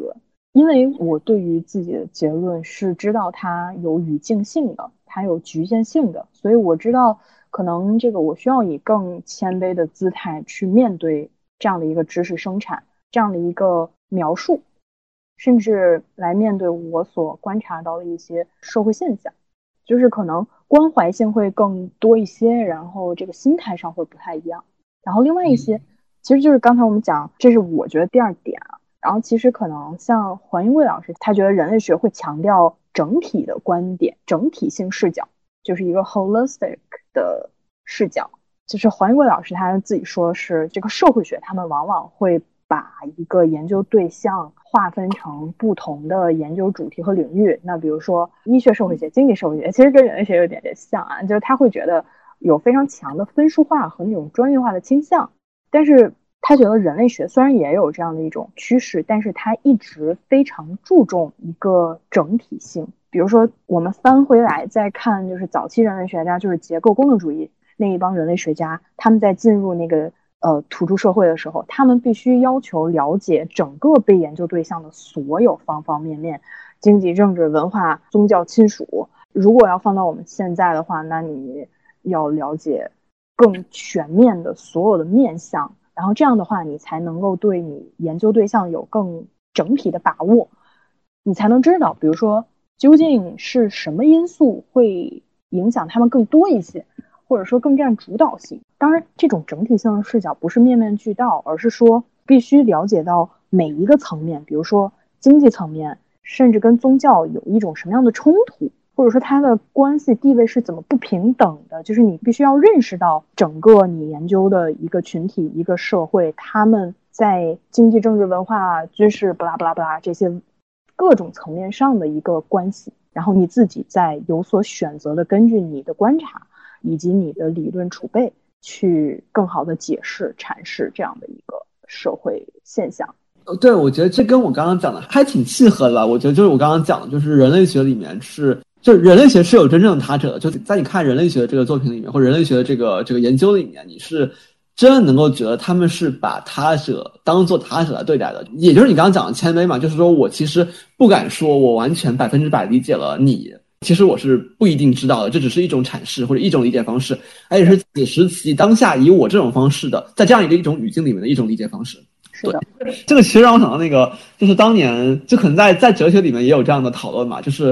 A: 因为我对于自己的结论是知道它有语境性的，它有局限性的，所以我知道可能这个我需要以更谦卑的姿态去面对这样的一个知识生产，这样的一个描述，甚至来面对我所观察到的一些社会现象，就是可能关怀性会更多一些，然后这个心态上会不太一样。然后另外一些其实就是刚才我们讲，这是我觉得第二点啊。然后其实可能像黄英贵老师，他觉得人类学会强调整体的观点，整体性视角，就是一个 holistic 的视角。就是黄英贵老师他自己说是这个社会学，他们往往会把一个研究对象划分成不同的研究主题和领域。那比如说医学社会学、经济社会学，其实跟人类学有点像啊，就是他会觉得有非常强的分数化和那种专业化的倾向。但是他觉得人类学虽然也有这样的一种趋势，但是他一直非常注重一个整体性。比如说我们翻回来再看，就是早期人类学家，就是结构功能主义那一帮人类学家，他们在进入那个土著社会的时候，他们必须要求了解整个被研究对象的所有方方面面，经济、政治、文化、宗教、亲属。如果要放到我们现在的话，那你要了解更全面的所有的面向，然后这样的话你才能够对你研究对象有更整体的把握，你才能知道比如说究竟是什么因素会影响他们更多一些，或者说更占主导性。当然这种整体性的视角不是面面俱到，而是说必须了解到每一个层面，比如说经济层面，甚至跟宗教有一种什么样的冲突，或者说它的关系地位是怎么不平等的，就是你必须要认识到整个你研究的一个群体、一个社会，他们在经济、政治、文化、军事不拉不拉不拉这些各种层面上的一个关系，然后你自己再有所选择的根据你的观察以及你的理论储备去更好的解释阐释这样的一个社会现象。
B: 对，我觉得这跟我刚刚讲的还挺契合的吧。我觉得就是我刚刚讲的，就是人类学里面就人类学是有真正的他者的，就在你看人类学的这个作品里面，或者人类学的这个研究里面，你是真的能够觉得他们是把他者当做他者来对待的。也就是你刚刚讲的谦卑嘛，就是说我其实不敢说我完全100%理解了你，其实我是不一定知道的，这只是一种阐释或者一种理解方式，而且是此时此地当下以我这种方式的，在这样一种语境里面的一种理解方式。
A: 是的，
B: 这个其实让我想到那个，就是当年就可能在哲学里面也有这样的讨论嘛，就是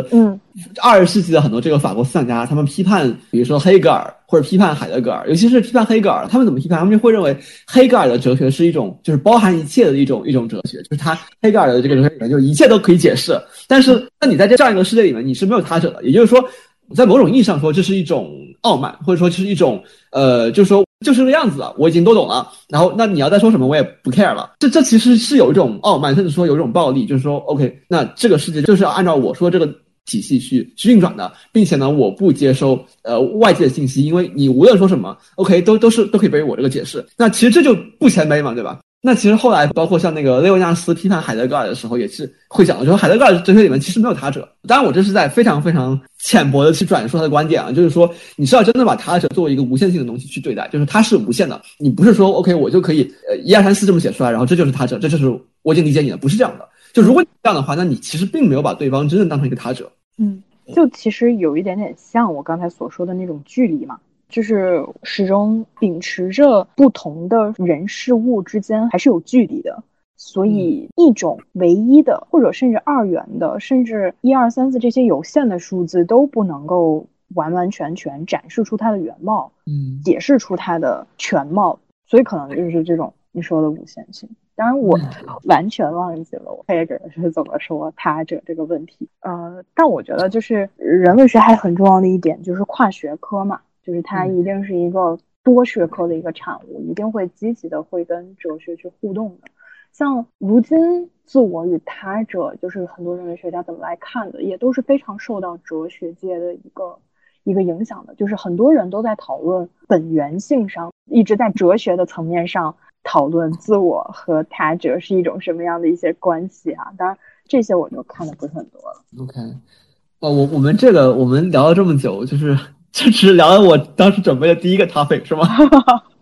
B: 20世纪的很多这个法国思想家，他们批判比如说黑格尔或者批判海德格尔，尤其是批判黑格尔，他们怎么批判？他们就会认为黑格尔的哲学是一种就是包含一切的一种哲学，就是他黑格尔的这个哲学里面就一切都可以解释，但是那你在这样一个世界里面你是没有他者的，也就是说在某种意义上说这是一种傲慢，或者说这是一种就是说就是这个样子了，我已经都懂了，然后那你要再说什么我也不 care 了，这其实是有一种傲慢，甚至说有一种暴力，就是说 OK 那这个世界就是要按照我说这个体系去运转的，并且呢我不接收外界的信息，因为你无论说什么 OK 都可以被我这个解释，那其实这就不谦卑嘛，对吧？那其实后来包括像那个列维纳斯批判海德格尔的时候也是会讲的，就是海德格尔哲学里面其实没有他者。当然我这是在非常非常浅薄的去转述他的观点啊，就是说你是要真的把他者作为一个无限性的东西去对待，就是它是无限的，你不是说 OK 我就可以1、2、3、4这么写出来，然后这就是他者，这就是我已经理解你了，不是这样的。就如果你这样的话，那你其实并没有把对方真正当成一个他者。
A: 就其实有一点点像我刚才所说的那种距离嘛，就是始终秉持着不同的人事物之间还是有距离的，所以一种唯一的或者甚至2元的，甚至1、2、3、4这些有限的数字都不能够完完全全展示出它的原貌，解释出它的全貌，所以可能就是这种你说的无限性。当然我完全忘记了我黑格尔是怎么说他者这个问题，但我觉得就是人类学还很重要的一点就是跨学科嘛，就是它一定是一个多学科的一个产物，一定会积极的会跟哲学去互动的。像如今自我与他者，就是很多人类学家怎么来看的，也都是非常受到哲学界的一个影响的，就是很多人都在讨论本源性上，一直在哲学的层面上讨论自我和他者是一种什么样的一些关系啊，当然这些我就看的不是很多了。
B: OK 我们聊了这么久，就只是聊了我当时准备的第一个 topic 是吗？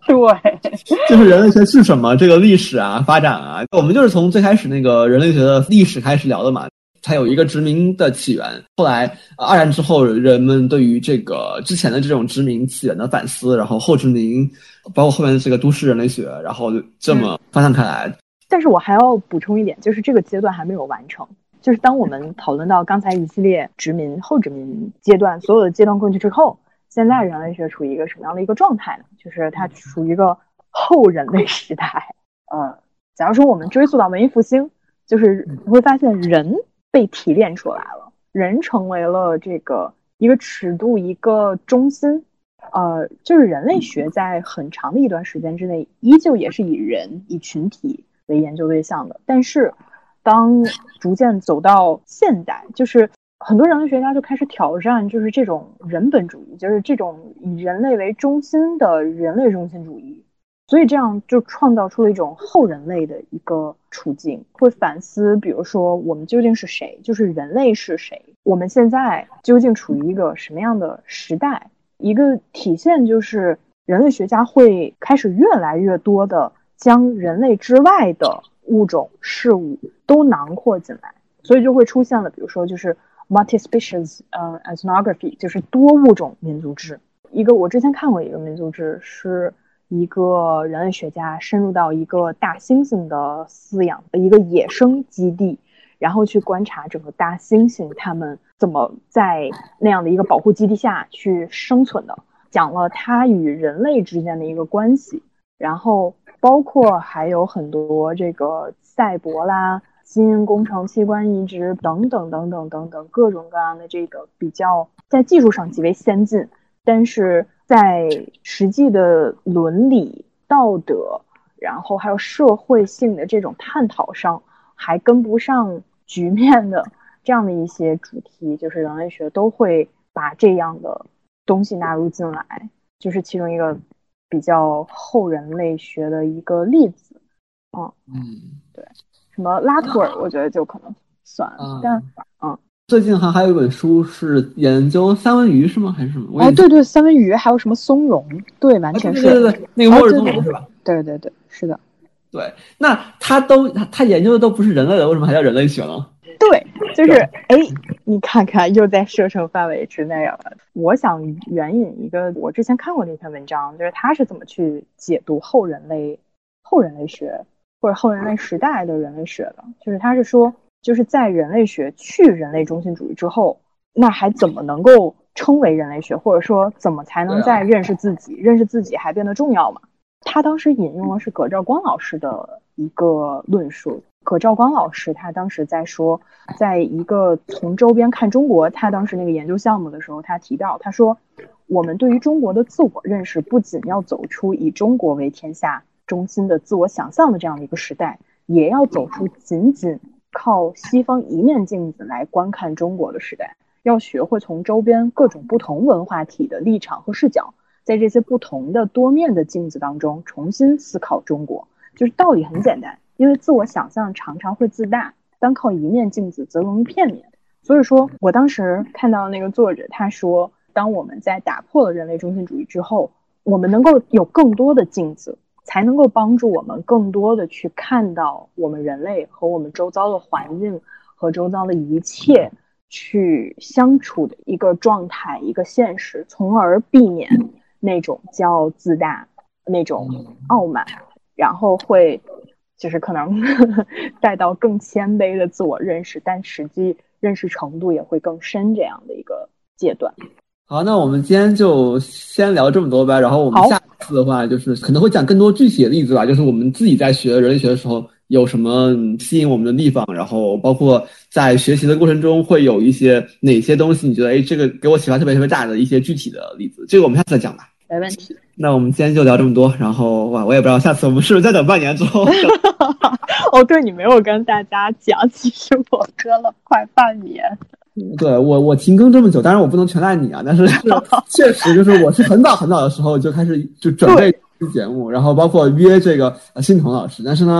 A: 对，
B: 就是人类学是什么这个历史啊发展啊，我们就是从最开始那个人类学的历史开始聊的嘛。它有一个殖民的起源，后来二战之后人们对于这个之前的这种殖民起源的反思，然后后殖民包括后面的这个都市人类学，然后这么发散开来。
A: 但是我还要补充一点，就是这个阶段还没有完成。就是当我们讨论到刚才一系列殖民后殖民阶段所有的阶段过去之后，现在人类学处于一个什么样的一个状态呢？就是它处于一个后人类时代。假如说我们追溯到文艺复兴，就是你会发现人被提炼出来了，人成为了这个一个尺度，一个中心。就是人类学在很长的一段时间之内，依旧也是以人、以群体为研究对象的。但是，当逐渐走到现代，就是很多人类学家就开始挑战，就是这种人本主义，就是这种以人类为中心的人类中心主义。所以这样就创造出了一种后人类的一个处境，会反思比如说我们究竟是谁，就是人类是谁，我们现在究竟处于一个什么样的时代。一个体现就是人类学家会开始越来越多的将人类之外的物种事物都囊括进来，所以就会出现了比如说就是 multi-species ethnography， 就是多物种民族志。我之前看过一个民族志，是一个人类学家深入到一个大猩猩的饲养的一个野生基地，然后去观察整个大猩猩他们怎么在那样的一个保护基地下去生存的，讲了它与人类之间的一个关系，然后包括还有很多这个赛博啦、基因工程、器官移植等等等等等等各种各样的这个比较在技术上极为先进，但是在实际的伦理、道德，然后还有社会性的这种探讨上还跟不上局面的这样的一些主题，就是人类学都会把这样的东西纳入进来，就是其中一个比较后人类学的一个例子。对，什么拉图尔我觉得就可能算了，但
B: 最近还有一本书是研究三文鱼是吗？还是什么？
A: 对，三文鱼还有什么松茸，对，完全是，
B: 对，那个末日松茸是吧？
A: 对，是的。
B: 对，那他研究的都不是人类的，为什么还叫人类学呢？
A: 对，就是你看看又在射程范围之内了。我想援引一个我之前看过的一篇文章，就是他是怎么去解读后人类学或者后人类时代的人类学的。就是他是说，就是在人类学去人类中心主义之后，那还怎么能够称为人类学，或者说怎么才能在认识自己还变得重要嘛？他当时引用的是葛兆光老师的一个论述。葛兆光老师他当时在说，在一个从周边看中国他当时那个研究项目的时候，他提到，他说我们对于中国的自我认识不仅要走出以中国为天下中心的自我想象的这样的一个时代，也要走出仅仅靠西方一面镜子来观看中国的时代，要学会从周边各种不同文化体的立场和视角，在这些不同的多面的镜子当中重新思考中国。就是道理很简单，因为自我想象常常会自大，单靠一面镜子则容易片面。所以说我当时看到那个作者他说，当我们在打破了人类中心主义之后，我们能够有更多的镜子，才能够帮助我们更多的去看到我们人类和我们周遭的环境和周遭的一切去相处的一个状态，一个现实，从而避免那种骄傲自大，那种傲慢，然后会就是可能带到更谦卑的自我认识，但实际认识程度也会更深这样的一个阶段。
B: 好，那我们今天就先聊这么多吧，然后我们下次的话就是可能会讲更多具体的例子吧，就是我们自己在学人类学的时候有什么吸引我们的地方，然后包括在学习的过程中会有一些哪些东西你觉得这个给我启发特别特别大的一些具体的例子，这个我们下次再讲吧。
A: 没问题。
B: 那我们今天就聊这么多，然后我也不知道下次我们是不是再等半年之后
A: 对，你没有跟大家讲，其实我喝了快半年。
B: 对，我停更这么久，当然我不能全赖你啊，但是确实就是我是很早很早的时候就开始就准备这期节目，然后包括约这个欣桐老师，但是呢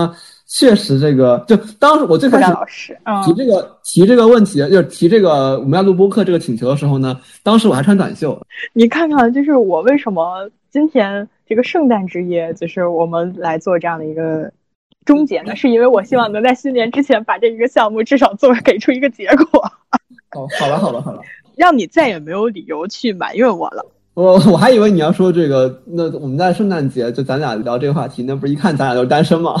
B: 确实这个就当时我最开始
A: 老师
B: 提这个问题，就是提这个我们要录播客这个请求的时候呢，当时我还穿短袖。
A: 你看看，就是我为什么今天这个圣诞之夜，就是我们来做这样的一个终结呢？是因为我希望能在新年之前把这一个项目至少给出一个结果。
B: 哦，好了，
A: 让你再也没有理由去埋怨我了。
B: 我还以为你要说这个，那我们在圣诞节就咱俩聊这个话题，那不是一看咱俩都是单身吗？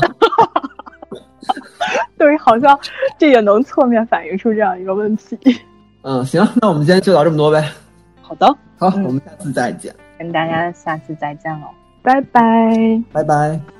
A: 对，好像这也能侧面反映出这样一个问题。
B: 行，那我们今天就聊这么多呗。
A: 好的，
B: 好，我们下次再见，
A: 跟大家下次再见了，拜拜，
B: 拜拜。